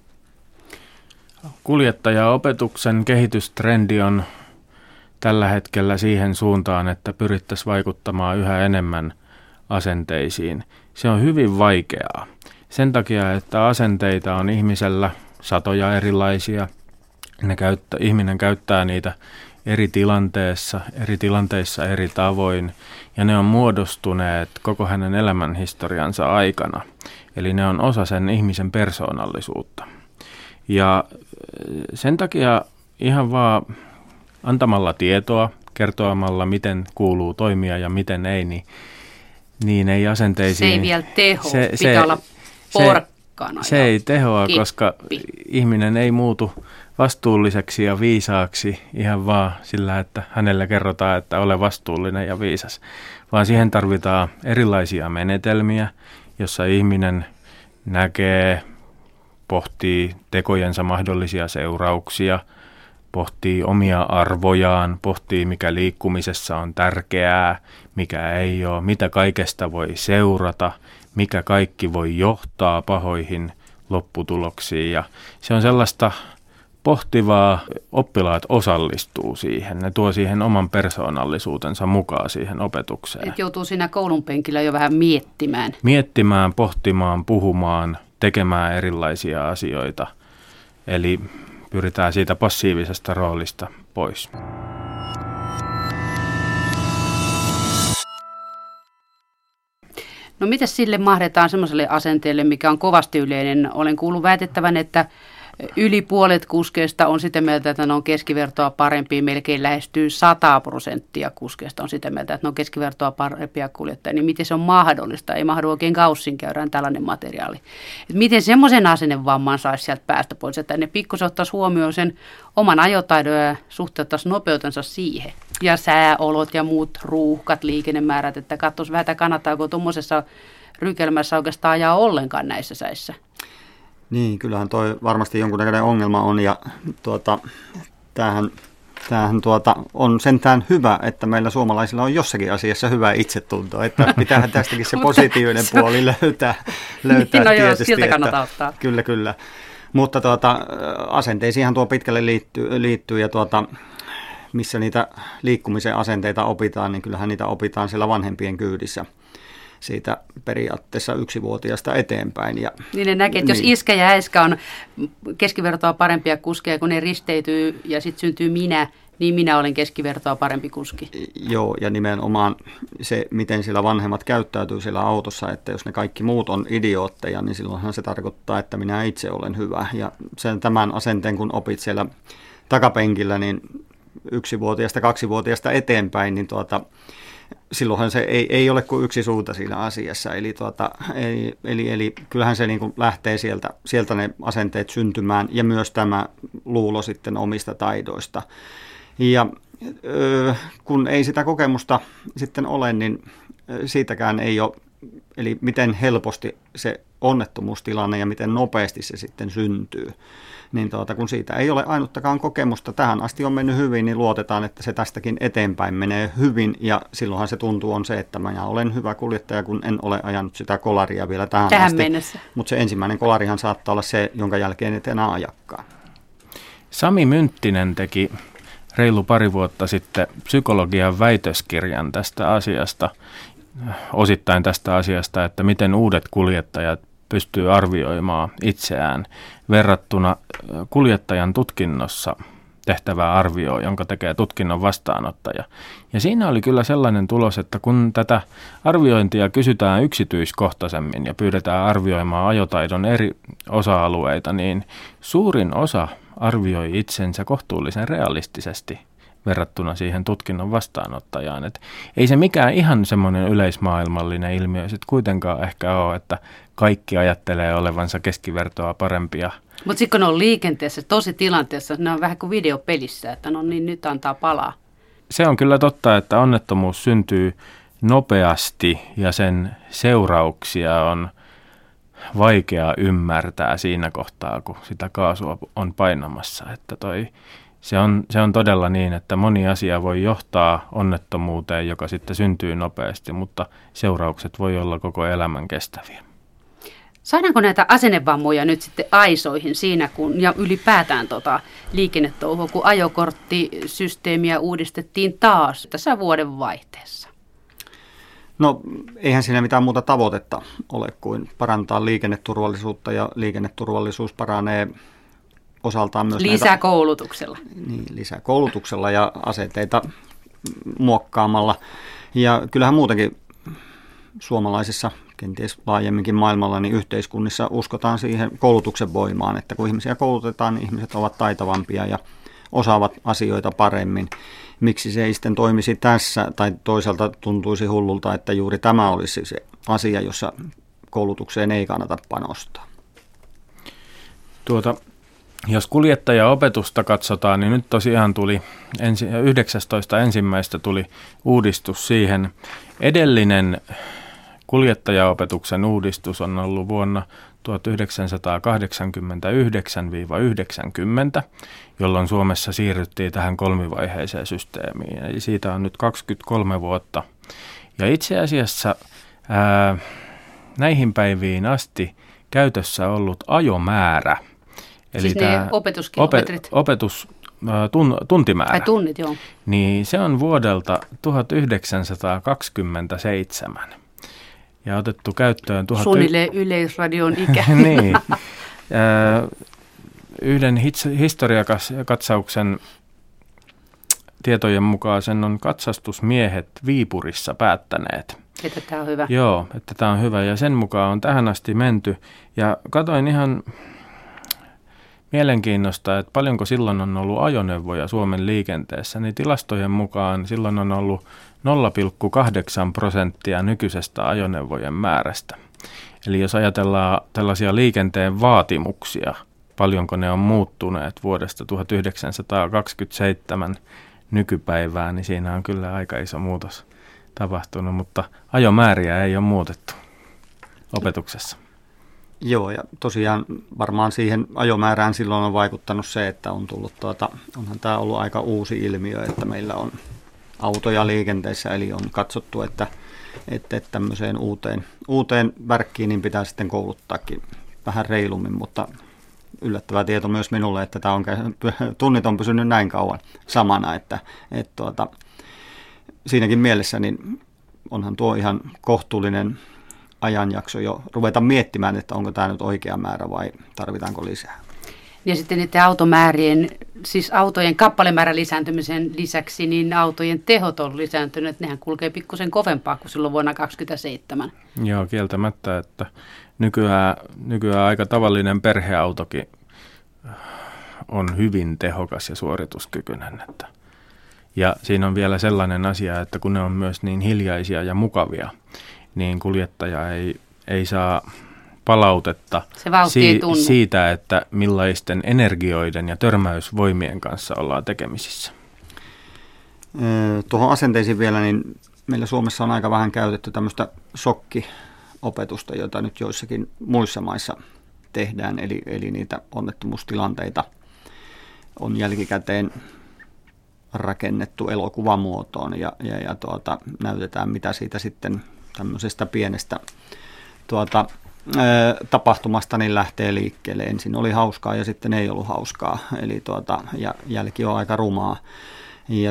Kuljettajaopetuksen kehitystrendi on tällä hetkellä siihen suuntaan, että pyrittäisiin vaikuttamaan yhä enemmän asenteisiin. Se on hyvin vaikeaa. Sen takia, että asenteita on ihmisellä satoja erilaisia. Ihminen käyttää niitä eri tilanteissa eri tavoin, ja ne on muodostuneet koko hänen elämänhistoriansa aikana. Eli ne on osa sen ihmisen persoonallisuutta. Ja sen takia ihan vaan antamalla tietoa, kertoamalla miten kuuluu toimia ja miten ei, niin ei asenteisiin. Se ei vielä teho, pitää olla porkkana. Se ei tehoa, koska ihminen ei muutu vastuulliseksi ja viisaaksi ihan vaan sillä, että hänelle kerrotaan, että ole vastuullinen ja viisas. Vaan siihen tarvitaan erilaisia menetelmiä, jossa ihminen näkee, pohtii tekojensa mahdollisia seurauksia, pohtii omia arvojaan, pohtii mikä liikkumisessa on tärkeää, mikä ei ole, mitä kaikesta voi seurata, mikä kaikki voi johtaa pahoihin lopputuloksiin. Ja se on sellaista pohtivaa, oppilaat osallistuu siihen, ne tuo siihen oman persoonallisuutensa mukaan siihen opetukseen. Et joutuu siinä koulun penkillä jo vähän miettimään. Miettimään, pohtimaan, puhumaan, tekemään erilaisia asioita. Eli pyritään siitä passiivisesta roolista pois. No miten sille mahdetaan semmoiselle asenteelle, mikä on kovasti yleinen? Olen kuullut väitettävän, että yli puolet kuskeista on sitä mieltä, että ne on keskivertoa parempia, melkein lähestyy 100% kuskeista on sitä mieltä, että ne on keskivertoa parempia kuljettajia. Niin miten se on mahdollista? Ei mahdu oikein kaussin käydään tällainen materiaali. Et miten semmoisen asennevamman saisi sieltä päästä pois, että ne pikkusen ottaisi huomioon sen oman ajotaidon ja suhteuttaisi nopeutensa siihen. Ja sääolot ja muut ruuhkat, liikennemäärät, että katsoisi vähän, että kannattaako tuommoisessa rykelmässä oikeastaan ajaa ollenkaan näissä säissä. Niin, kyllähän toi varmasti jonkunnäköinen ongelma on, ja tämähän on sentään hyvä, että meillä suomalaisilla on jossakin asiassa hyvä itsetunto, että pitäähän tästäkin se positiivinen puoli löytää niin, no tietysti. Joo, siltä kannattaa ottaa. Kyllä. Mutta asenteisiinhan tuo pitkälle liittyy ja missä niitä liikkumisen asenteita opitaan, niin kyllähän niitä opitaan siellä vanhempien kyydissä. Siitä periaatteessa 1-vuotiaasta eteenpäin. Niin ne näkee, että jos iskä ja äiskä on keskivertoa parempia kuskeja, kun ne risteytyy ja sitten syntyy minä, niin minä olen keskivertoa parempi kuski. Joo, ja nimenomaan se, miten sillä vanhemmat käyttäytyy siellä autossa, että jos ne kaikki muut on idiootteja, niin silloinhan se tarkoittaa, että minä itse olen hyvä. Ja tämän asenteen, kun opit siellä takapenkillä, niin 1-vuotiaasta, 2-vuotiaasta eteenpäin, niin silloinhan se ei ole kuin yksi suunta siinä asiassa, eli kyllähän se niin kuin lähtee sieltä ne asenteet syntymään ja myös tämä luulo sitten omista taidoista. Ja kun ei sitä kokemusta sitten ole, niin siitäkään ei ole, eli miten helposti se onnettomuustilanne ja miten nopeasti se sitten syntyy. Niin kun siitä ei ole ainuttakaan kokemusta, tähän asti on mennyt hyvin, niin luotetaan, että se tästäkin eteenpäin menee hyvin. Ja silloinhan se tuntuu on se, että minä olen hyvä kuljettaja, kun en ole ajanut sitä kolaria vielä tähän asti. Mennessä. Mutta se ensimmäinen kolarihan saattaa olla se, jonka jälkeen et enää ajakkaan. Sami Mynttinen teki reilu pari vuotta sitten psykologian väitöskirjan tästä asiasta, osittain tästä asiasta, että miten uudet kuljettajat pystyy arvioimaan itseään verrattuna kuljettajan tutkinnossa tehtävää arvioa, jonka tekee tutkinnon vastaanottaja. Ja siinä oli kyllä sellainen tulos, että kun tätä arviointia kysytään yksityiskohtaisemmin ja pyydetään arvioimaan ajotaidon eri osa-alueita, niin suurin osa arvioi itsensä kohtuullisen realistisesti verrattuna siihen tutkinnon vastaanottajaan. Et ei se mikään ihan semmoinen yleismaailmallinen ilmiö sitten kuitenkaan ehkä ole, että kaikki ajattelee olevansa keskivertoa parempia. Mutta sitten kun ne on liikenteessä, tosi tilanteessa, ne on vähän kuin videopelissä, että no niin, nyt antaa palaa. Se on kyllä totta, että onnettomuus syntyy nopeasti ja sen seurauksia on vaikea ymmärtää siinä kohtaa, kun sitä kaasua on painamassa. Että se on todella niin, että moni asia voi johtaa onnettomuuteen, joka sitten syntyy nopeasti, mutta seuraukset voi olla koko elämän kestäviä. Saadaanko näitä asennevammoja nyt sitten aisoihin siinä, ja ylipäätään liikennetouhua, kun ajokorttisysteemiä uudistettiin taas tässä vuoden vaihteessa? No eihän siinä mitään muuta tavoitetta ole kuin parantaa liikenneturvallisuutta, ja liikenneturvallisuus paranee osaltaan myös lisäkoulutuksella. Lisäkoulutuksella ja asenteita muokkaamalla. Ja kyllähän muutenkin suomalaisissa, kenties laajemminkin maailmalla, niin yhteiskunnissa uskotaan siihen koulutuksen voimaan, että kun ihmisiä koulutetaan, niin ihmiset ovat taitavampia ja osaavat asioita paremmin. Miksi se ei sitten toimisi tässä, tai toisaalta tuntuisi hullulta, että juuri tämä olisi se asia, jossa koulutukseen ei kannata panostaa. Jos kuljettajaopetusta katsotaan, niin nyt tosiaan tuli 19.1. tuli uudistus siihen. Edellinen kuljettajaopetuksen uudistus on ollut vuonna 1989-90, jolloin Suomessa siirryttiin tähän kolmivaiheiseen systeemiin. Eli siitä on nyt 23 vuotta. Ja itse asiassa näihin päiviin asti käytössä ollut ajomäärä, eli siis ne opetuskilometrit. Tuntimäärä. Tai tunnit, joo. Niin se on vuodelta 1927 ja otettu käyttöön... Suunnilleen Yleisradion ikä. Niin. Yhden historiakatsauksen tietojen mukaan sen on katsastusmiehet Viipurissa päättäneet. Että tämä on hyvä. Joo, että tämä on hyvä ja sen mukaan on tähän asti menty. Ja katsoin ihan mielenkiinnosta, että paljonko silloin on ollut ajoneuvoja Suomen liikenteessä, niin tilastojen mukaan silloin on ollut 0,8% nykyisestä ajoneuvojen määrästä. Eli jos ajatellaan tällaisia liikenteen vaatimuksia, paljonko ne on muuttuneet vuodesta 1927 nykypäivään, niin siinä on kyllä aika iso muutos tapahtunut, mutta ajomääriä ei ole muutettu opetuksessa. Joo, ja tosiaan varmaan siihen ajomäärään silloin on vaikuttanut se, että on tullut onhan tämä ollut aika uusi ilmiö, että meillä on autoja liikenteessä, eli on katsottu, että tämmöiseen uuteen värkkiin niin pitää sitten kouluttaakin vähän reilummin, mutta yllättävä tieto myös minulle, että tunnit on pysynyt näin kauan samana, että siinäkin mielessä niin onhan tuo ihan kohtuullinen ajanjakso jo ruveta miettimään, että onko tämä nyt oikea määrä vai tarvitaanko lisää. Ja sitten niiden automäärien, siis autojen kappalemäärän lisääntymisen lisäksi, niin autojen tehot on lisääntynyt, että nehän kulkee pikkusen kovempaa kuin silloin vuonna 1927. Joo, kieltämättä, että nykyään aika tavallinen perheautokin on hyvin tehokas ja suorituskykyinen. Ja siinä on vielä sellainen asia, että kun ne on myös niin hiljaisia ja mukavia, niin kuljettaja ei saa palautetta siitä, että millaisten energioiden ja törmäysvoimien kanssa ollaan tekemisissä. Tuohon asenteisiin vielä, niin meillä Suomessa on aika vähän käytetty tämmöistä shokkiopetusta, jota nyt joissakin muissa maissa tehdään, eli niitä onnettomuustilanteita on jälkikäteen rakennettu elokuvamuotoon ja näytetään, mitä siitä sitten tämmöisestä pienestä tapahtumasta niin lähtee liikkeelle. Ensin oli hauskaa ja sitten ei ollut hauskaa, eli ja jälki on aika rumaa. Ja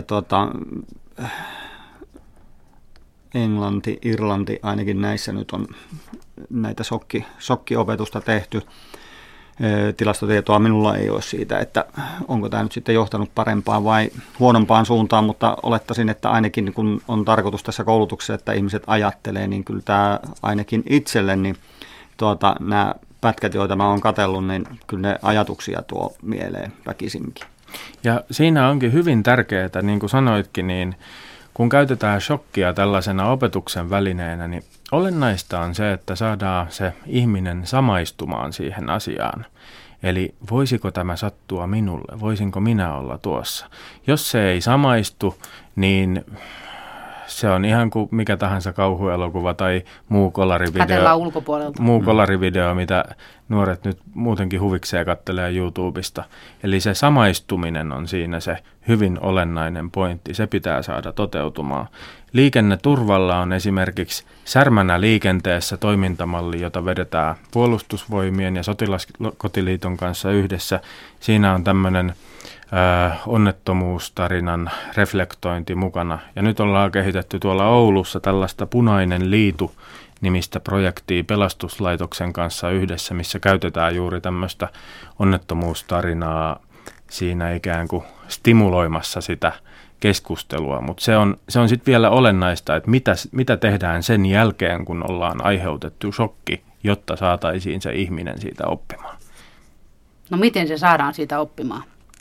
Englanti, Irlanti, ainakin näissä nyt on näitä shokkiopetusta tehty. Tilastotietoa minulla ei ole siitä, että onko tämä nyt sitten johtanut parempaan vai huonompaan suuntaan, mutta olettaisin, että ainakin kun on tarkoitus tässä koulutuksessa, että ihmiset ajattelee, niin kyllä tämä ainakin itselle, niin nämä pätkät, joita mä oon katsellut, niin kyllä ne ajatuksia tuo mieleen väkisinkin. Ja siinä onkin hyvin tärkeää, niin kuin sanoitkin, niin kun käytetään shokkia tällaisena opetuksen välineenä, niin olennaista on se, että saadaan se ihminen samaistumaan siihen asiaan. Eli voisiko tämä sattua minulle? Voisinko minä olla tuossa? Jos se ei samaistu, niin se on ihan kuin mikä tahansa kauhuelokuva tai muu kolarivideo, mitä nuoret nyt muutenkin huvikseen kattelee YouTubesta. Eli se samaistuminen on siinä se hyvin olennainen pointti. Se pitää saada toteutumaan. Liikenneturvalla on esimerkiksi Särmänä liikenteessä toimintamalli, jota vedetään Puolustusvoimien ja Sotilaskotiliiton kanssa yhdessä. Siinä on tämmöinen onnettomuustarinan reflektointi mukana. Ja nyt ollaan kehitetty tuolla Oulussa tällaista Punainen liitu -nimistä projektia pelastuslaitoksen kanssa yhdessä, missä käytetään juuri tämmöistä onnettomuustarinaa siinä ikään kuin stimuloimassa sitä keskustelua. Mutta se on sitten vielä olennaista, että mitä tehdään sen jälkeen, kun ollaan aiheutettu shokki, jotta saataisiin se ihminen siitä oppimaan. No miten se saadaan siitä oppimaan?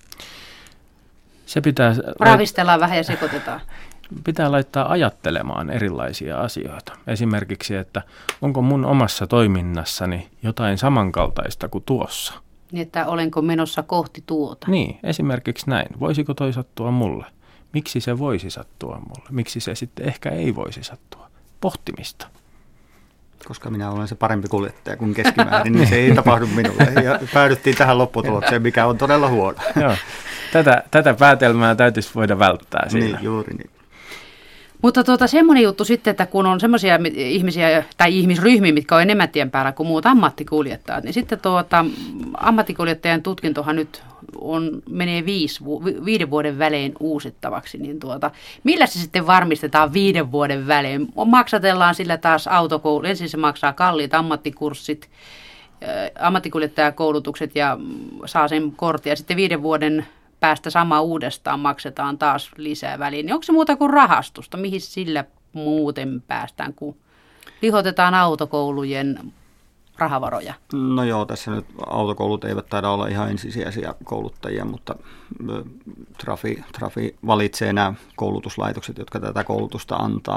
Se pitää ravistellaan vähän ja sekoitetaan. Pitää laittaa ajattelemaan erilaisia asioita. Esimerkiksi, että onko mun omassa toiminnassani jotain samankaltaista kuin tuossa. Niin, että olenko menossa kohti tuota. Niin, esimerkiksi näin. Voisiko toi sattua mulle? Miksi se voisi sattua mulle? Miksi se sitten ehkä ei voisi sattua? Pohtimista. Koska minä olen se parempi kuljettaja kuin keskimäärin, niin se ei tapahdu minulle. Ja päädyttiin tähän lopputulokseen, mikä on todella huono. Joo. Tätä päätelmää täytyisi voida välttää siinä. Niin, juuri niin. Mutta semmoinen juttu sitten, että kun on semmoisia ihmisiä tai ihmisryhmiä, mitkä on enemmän tien päällä kuin muut ammattikuljettajat, niin sitten ammattikuljettajan tutkintohan nyt menee 5 vuoden välein uusittavaksi. Niin millä se sitten varmistetaan 5 vuoden välein? Maksatellaan sillä taas autokoulu. Ensin se maksaa kalliit ammattikurssit, ammattikuljettajakoulutukset ja saa sen kortin ja sitten 5 vuoden päästä sama uudestaan maksetaan taas lisää väliin. Onko se muuta kuin rahastusta? Mihin sillä muuten päästään, kun lihotetaan autokoulujen rahavaroja? No joo, tässä nyt autokoulut eivät taida olla ihan ensisijaisia kouluttajia, mutta Trafi valitsee nämä koulutuslaitokset, jotka tätä koulutusta antaa.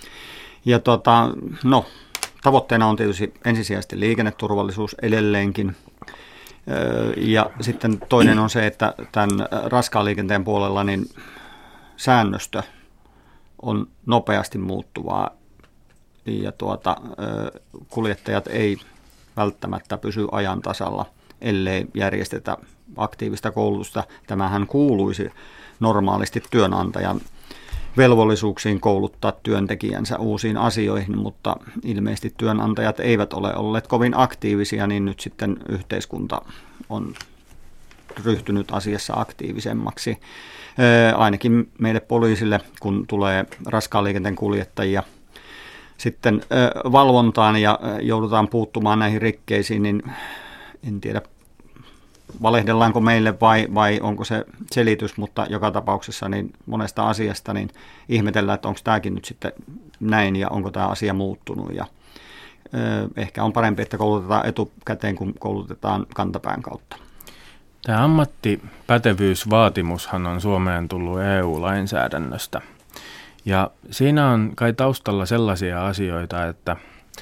Tavoitteena on tietysti ensisijaisesti liikenneturvallisuus edelleenkin. Ja sitten toinen on se, että tämän raskaan liikenteen puolella niin säännöstö on nopeasti muuttuvaa ja kuljettajat ei välttämättä pysy ajan tasalla, ellei järjestetä aktiivista koulutusta. Tämähän kuuluisi normaalisti työnantajan velvollisuuksiin kouluttaa työntekijänsä uusiin asioihin, mutta ilmeisesti työnantajat eivät ole olleet kovin aktiivisia, niin nyt sitten yhteiskunta on ryhtynyt asiassa aktiivisemmaksi. Ainakin meille poliisille, kun tulee raskaan liikenteen kuljettajia sitten valvontaan ja joudutaan puuttumaan näihin rikkeisiin, niin en tiedä, valehdellaanko meille vai onko se selitys, mutta joka tapauksessa niin monesta asiasta niin ihmetellään, että onko tämäkin nyt sitten näin ja onko tämä asia muuttunut. Ja ehkä on parempi, että koulutetaan etukäteen, kun koulutetaan kantapään kautta. Tämä ammattipätevyysvaatimushan on Suomeen tullut EU-lainsäädännöstä. Ja siinä on kai taustalla sellaisia asioita, että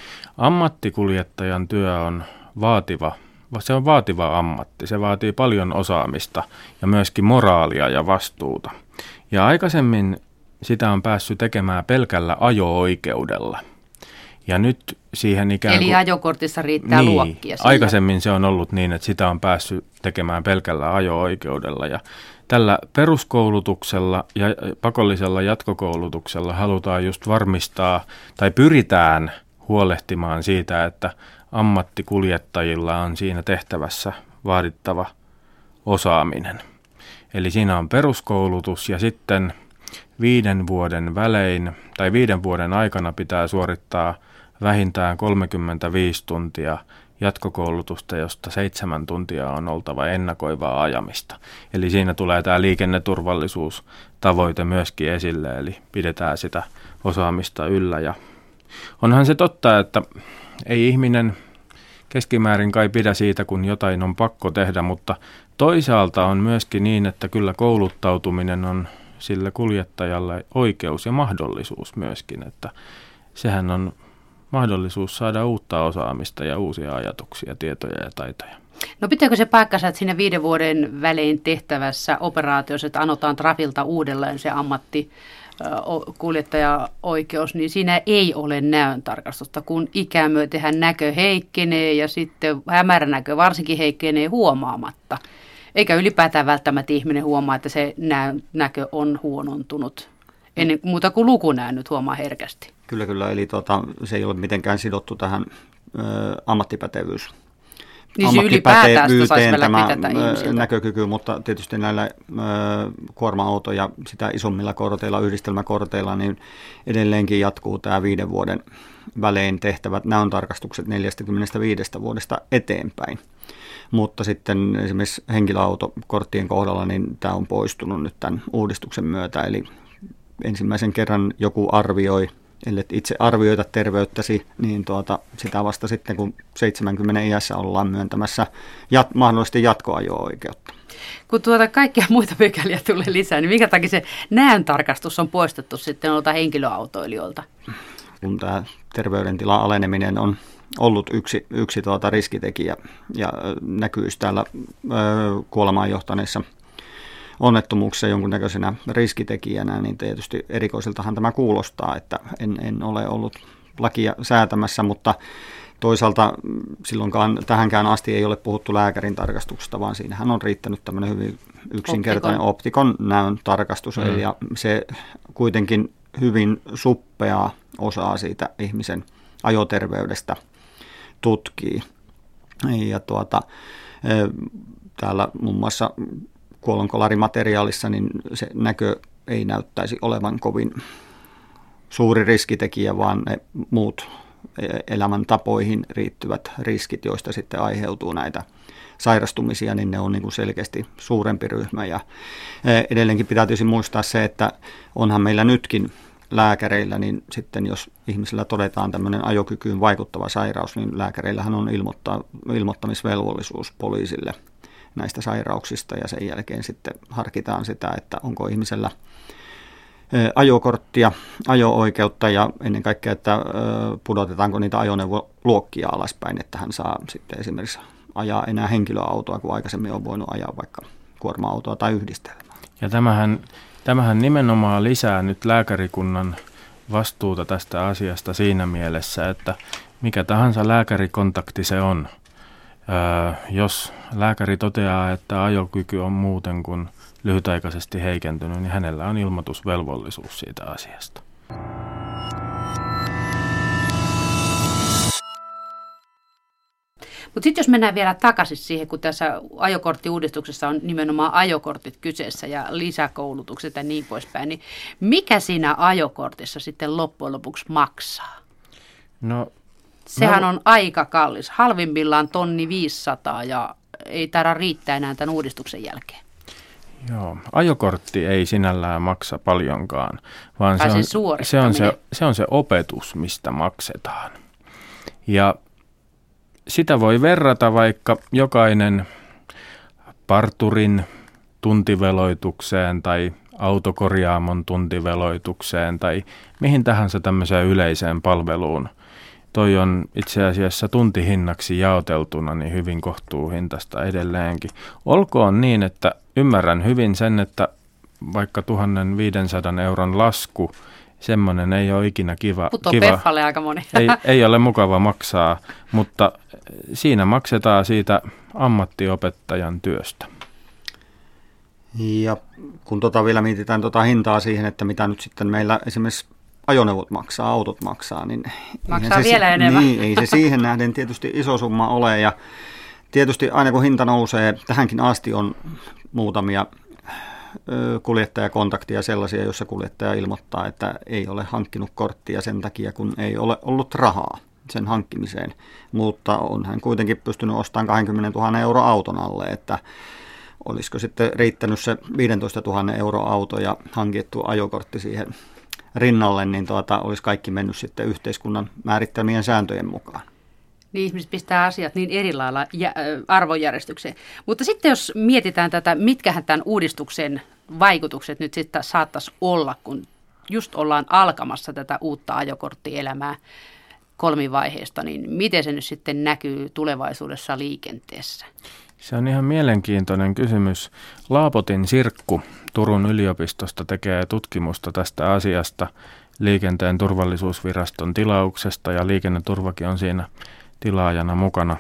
ammattikuljettajan työ on vaativa. Se on vaativa ammatti. Se vaatii paljon osaamista ja myöskin moraalia ja vastuuta. Ja aikaisemmin sitä on päässyt tekemään pelkällä ajo-oikeudella. Ja nyt siihen ikään kuin... Eli ajokortissa riittää luokkia. Aikaisemmin se on ollut niin, että sitä on päässyt tekemään pelkällä ajo-oikeudella. Ja tällä peruskoulutuksella ja pakollisella jatkokoulutuksella halutaan just varmistaa tai pyritään huolehtimaan siitä, että ammattikuljettajilla on siinä tehtävässä vaadittava osaaminen. Eli siinä on peruskoulutus ja sitten 5 vuoden välein tai 5 vuoden aikana pitää suorittaa vähintään 35 tuntia jatkokoulutusta, josta 7 tuntia on oltava ennakoivaa ajamista. Eli siinä tulee tämä liikenneturvallisuustavoite myöskin esille, eli pidetään sitä osaamista yllä. Ja onhan se totta, että ei ihminen keskimäärin kai pidä siitä, kun jotain on pakko tehdä, mutta toisaalta on myöskin niin, että kyllä kouluttautuminen on sille kuljettajalle oikeus ja mahdollisuus myöskin, että sehän on mahdollisuus saada uutta osaamista ja uusia ajatuksia, tietoja ja taitoja. No pitääkö se paikkansa, että siinä 5 vuoden välein tehtävässä operaatiossa, että anotaan Trafilta uudelleen se ammattikuljettaja-oikeus, niin siinä ei ole näöntarkastusta, kun ikää myöten näkö heikkenee ja sitten hämärä näkö varsinkin heikkenee huomaamatta. Eikä ylipäätään välttämättä ihminen huomaa, että se näkö on huonontunut. Ennen muuta kuin lukunäön nyt huomaa herkästi. Kyllä, eli se ei ole mitenkään sidottu tähän ammattipätevyys. Niin se ylipäätään sitä saisi tämä tätä näkökyky, mutta tietysti näillä kuorma-auto- ja sitä isommilla korteilla, yhdistelmäkorteilla, niin edelleenkin jatkuu tämä 5 vuoden välein tehtävät näöntarkastukset 45 vuodesta eteenpäin. Mutta sitten esimerkiksi henkilöautokorttien kohdalla niin tämä on poistunut nyt tämän uudistuksen myötä, eli ensimmäisen kerran joku arvioi, ellei itse arvioita terveyttäsi, niin sitä vasta sitten, kun 70 iässä ollaan myöntämässä mahdollisesti jatkoajo-oikeutta. Kun kaikkia muita pykäliä tulee lisää, niin minkä takia se näöntarkastus on poistettu sitten noilta henkilöautoilijoilta? Kun tämä terveydentilan aleneminen on ollut yksi riskitekijä ja näkyisi täällä kuolemaan johtaneissa onnettomuuksissa jonkunnäköisenä riskitekijänä, niin tietysti erikoisiltahan tämä kuulostaa, että en ole ollut lakia säätämässä, mutta toisaalta silloinkaan tähänkään asti ei ole puhuttu lääkärin tarkastuksesta, vaan siinähän on riittänyt tämmöinen hyvin yksinkertainen optikon näön tarkastus, ja se kuitenkin hyvin suppeaa osaa siitä ihmisen ajoterveydestä tutkii. Ja täällä muun muassa kuolonkolarimateriaalissa niin se näkö ei näyttäisi olevan kovin suuri riskitekijä, vaan ne muut elämäntapoihin riittyvät riskit, joista sitten aiheutuu näitä sairastumisia, niin ne on niin kuin selkeästi suurempi ryhmä. Ja edelleenkin pitää tietysti muistaa se, että onhan meillä nytkin lääkäreillä, niin sitten jos ihmisellä todetaan tämmöinen ajokykyyn vaikuttava sairaus, niin lääkäreillähän on ilmoittamisvelvollisuus poliisille näistä sairauksista, ja sen jälkeen sitten harkitaan sitä, että onko ihmisellä ajokorttia, ajo-oikeutta ja ennen kaikkea, että pudotetaanko niitä ajoneuvoluokkia alaspäin, että hän saa sitten esimerkiksi ajaa enää henkilöautoa, kun aikaisemmin on voinut ajaa vaikka kuorma-autoa tai yhdistelmää. Ja tämähän nimenomaan lisää nyt lääkärikunnan vastuuta tästä asiasta siinä mielessä, että mikä tahansa lääkärikontakti se on. Jos lääkäri toteaa, että ajokyky on muuten kuin lyhytaikaisesti heikentynyt, niin hänellä on ilmoitusvelvollisuus siitä asiasta. Mutta sitten jos mennään vielä takaisin siihen, kun tässä ajokorttiuudistuksessa on nimenomaan ajokortit kyseessä ja lisäkoulutukset ja niin poispäin, niin mikä siinä ajokortissa sitten loppujen lopuksi maksaa? Sehän on aika kallis. Halvimmillaan 1 500 ja ei taida riittää enää tämän uudistuksen jälkeen. Joo, ajokortti ei sinällään maksa paljonkaan, vaan se on se opetus, mistä maksetaan. Ja sitä voi verrata vaikka jokainen parturin tuntiveloitukseen tai autokorjaamon tuntiveloitukseen tai mihin tahansa tämmöiseen yleiseen palveluun. Toi on itse asiassa tuntihinnaksi jaoteltuna niin hyvin kohtuuhintaista edelleenkin. Olkoon niin, että ymmärrän hyvin sen, että vaikka 1500 euron lasku, semmoinen ei ole ikinä kiva. Peffalle aika moni. Ei ole mukava maksaa, mutta siinä maksetaan siitä ammattiopettajan työstä. Ja kun vielä mietitään hintaa siihen, että mitä nyt sitten meillä esimerkiksi ajoneuvot maksaa, autot maksaa, niin maksaa vielä enemmän. Niin, ei se siihen nähden tietysti iso summa ole, ja tietysti aina kun hinta nousee, tähänkin asti on muutamia kuljettajakontaktia sellaisia, joissa kuljettaja ilmoittaa, että ei ole hankkinut korttia sen takia, kun ei ole ollut rahaa sen hankkimiseen, mutta on hän kuitenkin pystynyt ostamaan 20 000 € auton alle, että olisiko sitten riittänyt se 15 000 € auto ja hankittu ajokortti siihen rinnalle, niin olisi kaikki mennyt sitten yhteiskunnan määrittämien sääntöjen mukaan. Niin ihmiset pistää asiat niin eri lailla arvojärjestykseen. Mutta sitten jos mietitään tätä, mitkähän tämän uudistuksen vaikutukset nyt sitten saattaisi olla, kun just ollaan alkamassa tätä uutta ajokorttielämää kolmivaiheesta, niin miten se nyt sitten näkyy tulevaisuudessa liikenteessä? Se on ihan mielenkiintoinen kysymys. Laapotin Sirkku Turun yliopistosta tekee tutkimusta tästä asiasta liikenteen turvallisuusviraston tilauksesta, ja liikenneturvakin on siinä tilaajana mukana.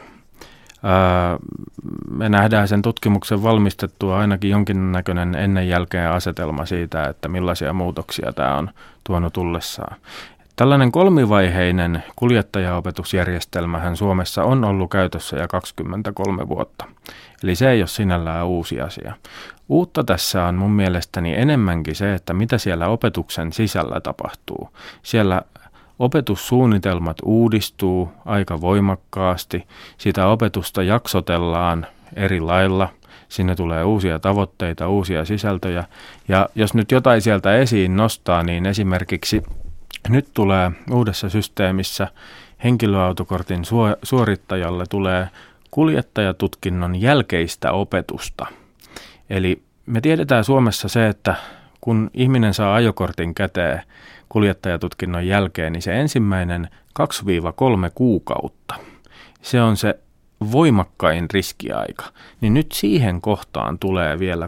Me nähdään sen tutkimuksen valmistettua ainakin jonkinnäköinen ennen jälkeen asetelma siitä, että millaisia muutoksia tämä on tuonut tullessaan. Tällainen kolmivaiheinen kuljettajaopetusjärjestelmähän Suomessa on ollut käytössä jo 23 vuotta. Eli se ei ole sinällään uusi asia. Uutta tässä on mun mielestäni enemmänkin se, että mitä siellä opetuksen sisällä tapahtuu. Siellä opetussuunnitelmat uudistuu aika voimakkaasti, sitä opetusta jaksotellaan eri lailla, sinne tulee uusia tavoitteita, uusia sisältöjä, ja jos nyt jotain sieltä esiin nostaa, niin esimerkiksi nyt tulee uudessa systeemissä henkilöautokortin suorittajalle tulee kuljettajatutkinnon jälkeistä opetusta. Eli me tiedetään Suomessa se, että kun ihminen saa ajokortin käteen kuljettajatutkinnon jälkeen, niin se ensimmäinen 2-3 kuukautta, se on se voimakkain riskiaika. Niin nyt siihen kohtaan tulee vielä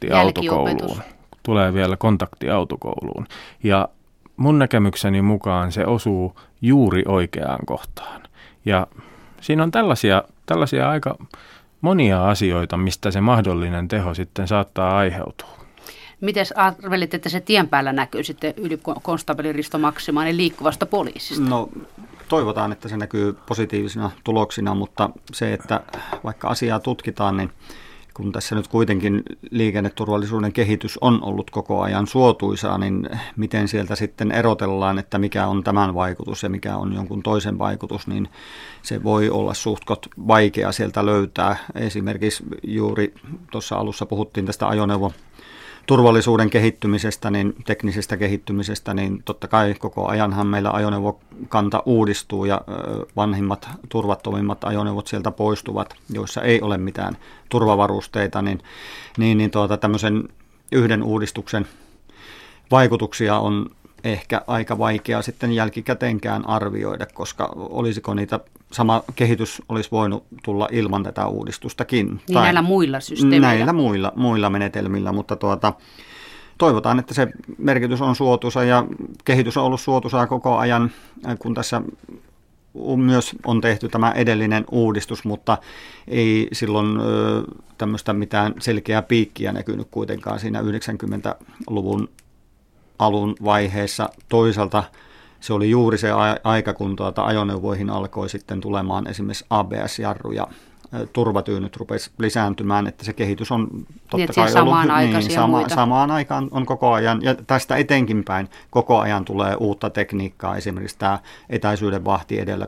kontaktiautokouluun. Ja mun näkemykseni mukaan se osuu juuri oikeaan kohtaan. Ja siinä on tällaisia aika monia asioita, mistä se mahdollinen teho sitten saattaa aiheutua. Miten arvelit, että se tien päällä näkyy sitten ylikonstaapeli Risto Maksimainen liikkuvasta poliisista? No toivotaan, että se näkyy positiivisina tuloksina, mutta se, että vaikka asiaa tutkitaan, niin kun tässä nyt kuitenkin liikenneturvallisuuden kehitys on ollut koko ajan suotuisaa, niin miten sieltä sitten erotellaan, että mikä on tämän vaikutus ja mikä on jonkun toisen vaikutus, niin se voi olla suhtkot vaikea sieltä löytää. Esimerkiksi juuri tuossa alussa puhuttiin tästä ajoneuvoturvallisuuden kehittymisestä, niin teknisestä kehittymisestä, niin totta kai koko ajanhan meillä ajoneuvokanta uudistuu ja vanhimmat, turvattomimmat ajoneuvot sieltä poistuvat, joissa ei ole mitään turvavarusteita, niin tämmöisen yhden uudistuksen vaikutuksia on ehkä aika vaikea sitten jälkikäteenkään arvioida, koska olisiko niitä sama kehitys olisi voinut tulla ilman tätä uudistustakin. Niin tai näillä muilla systeemeillä. Näillä muilla menetelmillä, mutta toivotaan, että se merkitys on suotuisa ja kehitys on ollut suotuisaa koko ajan, kun tässä myös on tehty tämä edellinen uudistus, mutta ei silloin tämmöistä mitään selkeää piikkiä näkynyt kuitenkaan siinä 90-luvun alun vaiheessa. Toisaalta se oli juuri se aika, kun ajoneuvoihin alkoi sitten tulemaan esimerkiksi ABS-jarru ja turvatyynyt rupesi lisääntymään, että se kehitys on totta kai ollut samaan aikaan on koko ajan, ja tästä etenkin päin koko ajan tulee uutta tekniikkaa, esimerkiksi tämä etäisyyden vahti edellä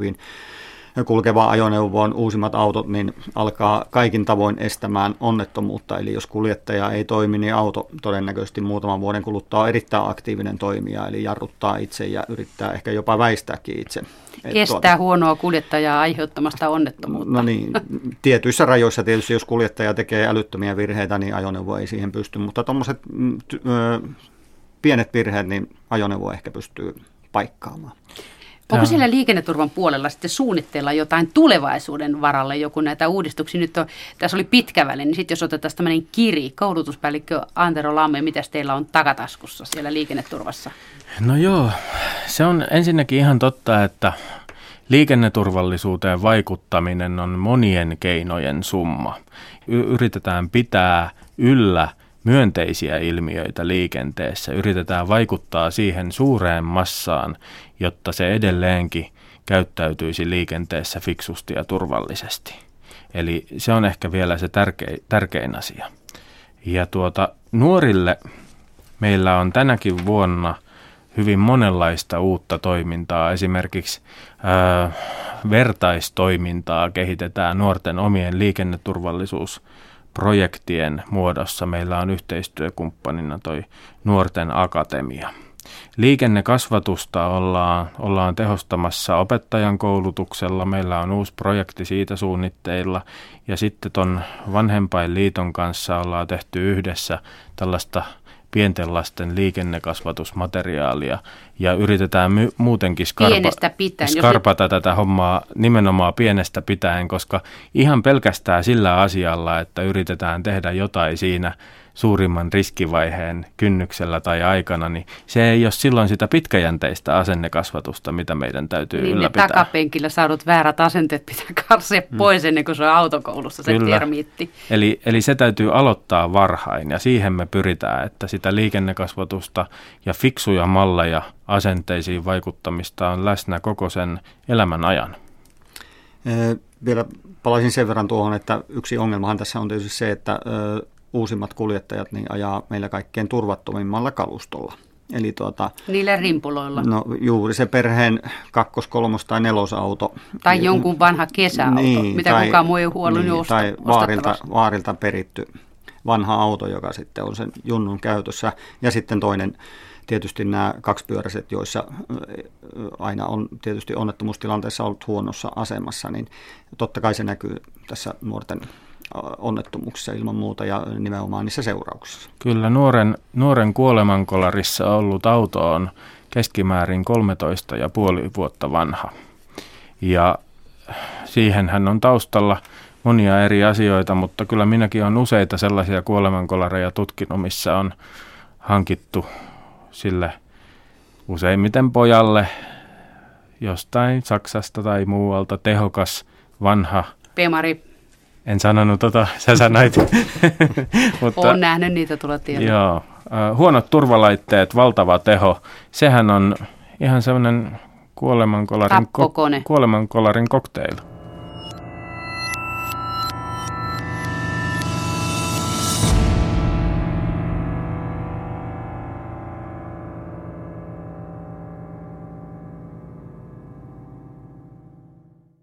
kulkeva ajoneuvoon uusimmat autot, niin alkaa kaikin tavoin estämään onnettomuutta, eli jos kuljettaja ei toimi, niin auto todennäköisesti muutaman vuoden kuluttua on erittäin aktiivinen toimija, eli jarruttaa itse ja yrittää ehkä jopa väistääkin itse. Estää huonoa kuljettajaa aiheuttamasta onnettomuutta. No niin, tietyissä rajoissa tietysti, jos kuljettaja tekee älyttömiä virheitä, niin ajoneuvo ei siihen pysty, mutta tuommoiset pienet virheet, niin ajoneuvo ehkä pystyy paikkaamaan. Onko siellä liikenneturvan puolella sitten suunnitteilla jotain tulevaisuuden varalle, joku näitä uudistuksia? Nyt tässä oli pitkä väli, niin sitten jos otetaan tämmöinen koulutuspäällikkö Antero Lamme, mitäs teillä on takataskussa siellä liikenneturvassa? No joo, se on ensinnäkin ihan totta, että liikenneturvallisuuteen vaikuttaminen on monien keinojen summa. Yritetään pitää yllä myönteisiä ilmiöitä liikenteessä, yritetään vaikuttaa siihen suureen massaan, jotta se edelleenkin käyttäytyisi liikenteessä fiksusti ja turvallisesti. Eli se on ehkä vielä se tärkein asia. Ja nuorille meillä on tänäkin vuonna hyvin monenlaista uutta toimintaa. Esimerkiksi vertaistoimintaa kehitetään nuorten omien liikenneturvallisuusprojektien muodossa. Meillä on yhteistyökumppanina toi Nuorten Akatemia. Liikennekasvatusta ollaan tehostamassa opettajan koulutuksella. Meillä on uusi projekti siitä suunnitteilla. Ja sitten tuon Vanhempainliiton kanssa ollaan tehty yhdessä tällaista pienten lasten liikennekasvatusmateriaalia ja yritetään muutenkin skarpata tätä hommaa nimenomaan pienestä pitäen, koska ihan pelkästään sillä asialla, että yritetään tehdä jotain siinä suurimman riskivaiheen kynnyksellä tai aikana, niin se ei ole silloin sitä pitkäjänteistä asennekasvatusta, mitä meidän täytyy ylläpitää. Niin takapenkillä saadut väärät asenteet pitää karsia pois ennen kuin se on autokoulussa, se termiitti. Eli se täytyy aloittaa varhain ja siihen me pyritään, että sitä liikennekasvatusta ja fiksuja malleja asenteisiin vaikuttamista on läsnä koko sen elämän ajan. Vielä palaisin sen verran tuohon, että yksi ongelmahan tässä on tietysti se, että uusimmat kuljettajat niin ajaa meillä kaikkein turvattomimmalla kalustolla. Eli niillä rimpuloilla. No juuri se perheen 2-, 3- tai 4-auto. Tai jonkun vanha kesäauto, niin, mitä kukaan muu ei huollut tai vaarilta peritty vanha auto, joka sitten on sen junnun käytössä. Ja sitten toinen tietysti nämä kaksipyöräiset, joissa aina on tietysti onnettomuustilanteessa ollut huonossa asemassa, niin totta kai se näkyy tässä nuorten onnettomuuksissa ilman muuta ja nimenomaan niissä seurauksissa. Kyllä nuoren kuolemankolarissa ollut auto on keskimäärin 13,5 vuotta vanha. Ja siihenhän on taustalla monia eri asioita, mutta kyllä minäkin olen useita sellaisia kuolemankolareja tutkinut, missä on hankittu sille useimmiten pojalle jostain Saksasta tai muualta tehokas vanha Pemari. En sanonut sä sanoit. Mutta, olen nähnyt niitä tulla tielle. Joo, huonot turvalaitteet, valtava teho. Sehän on ihan sellainen kuolemankolarin cocktail.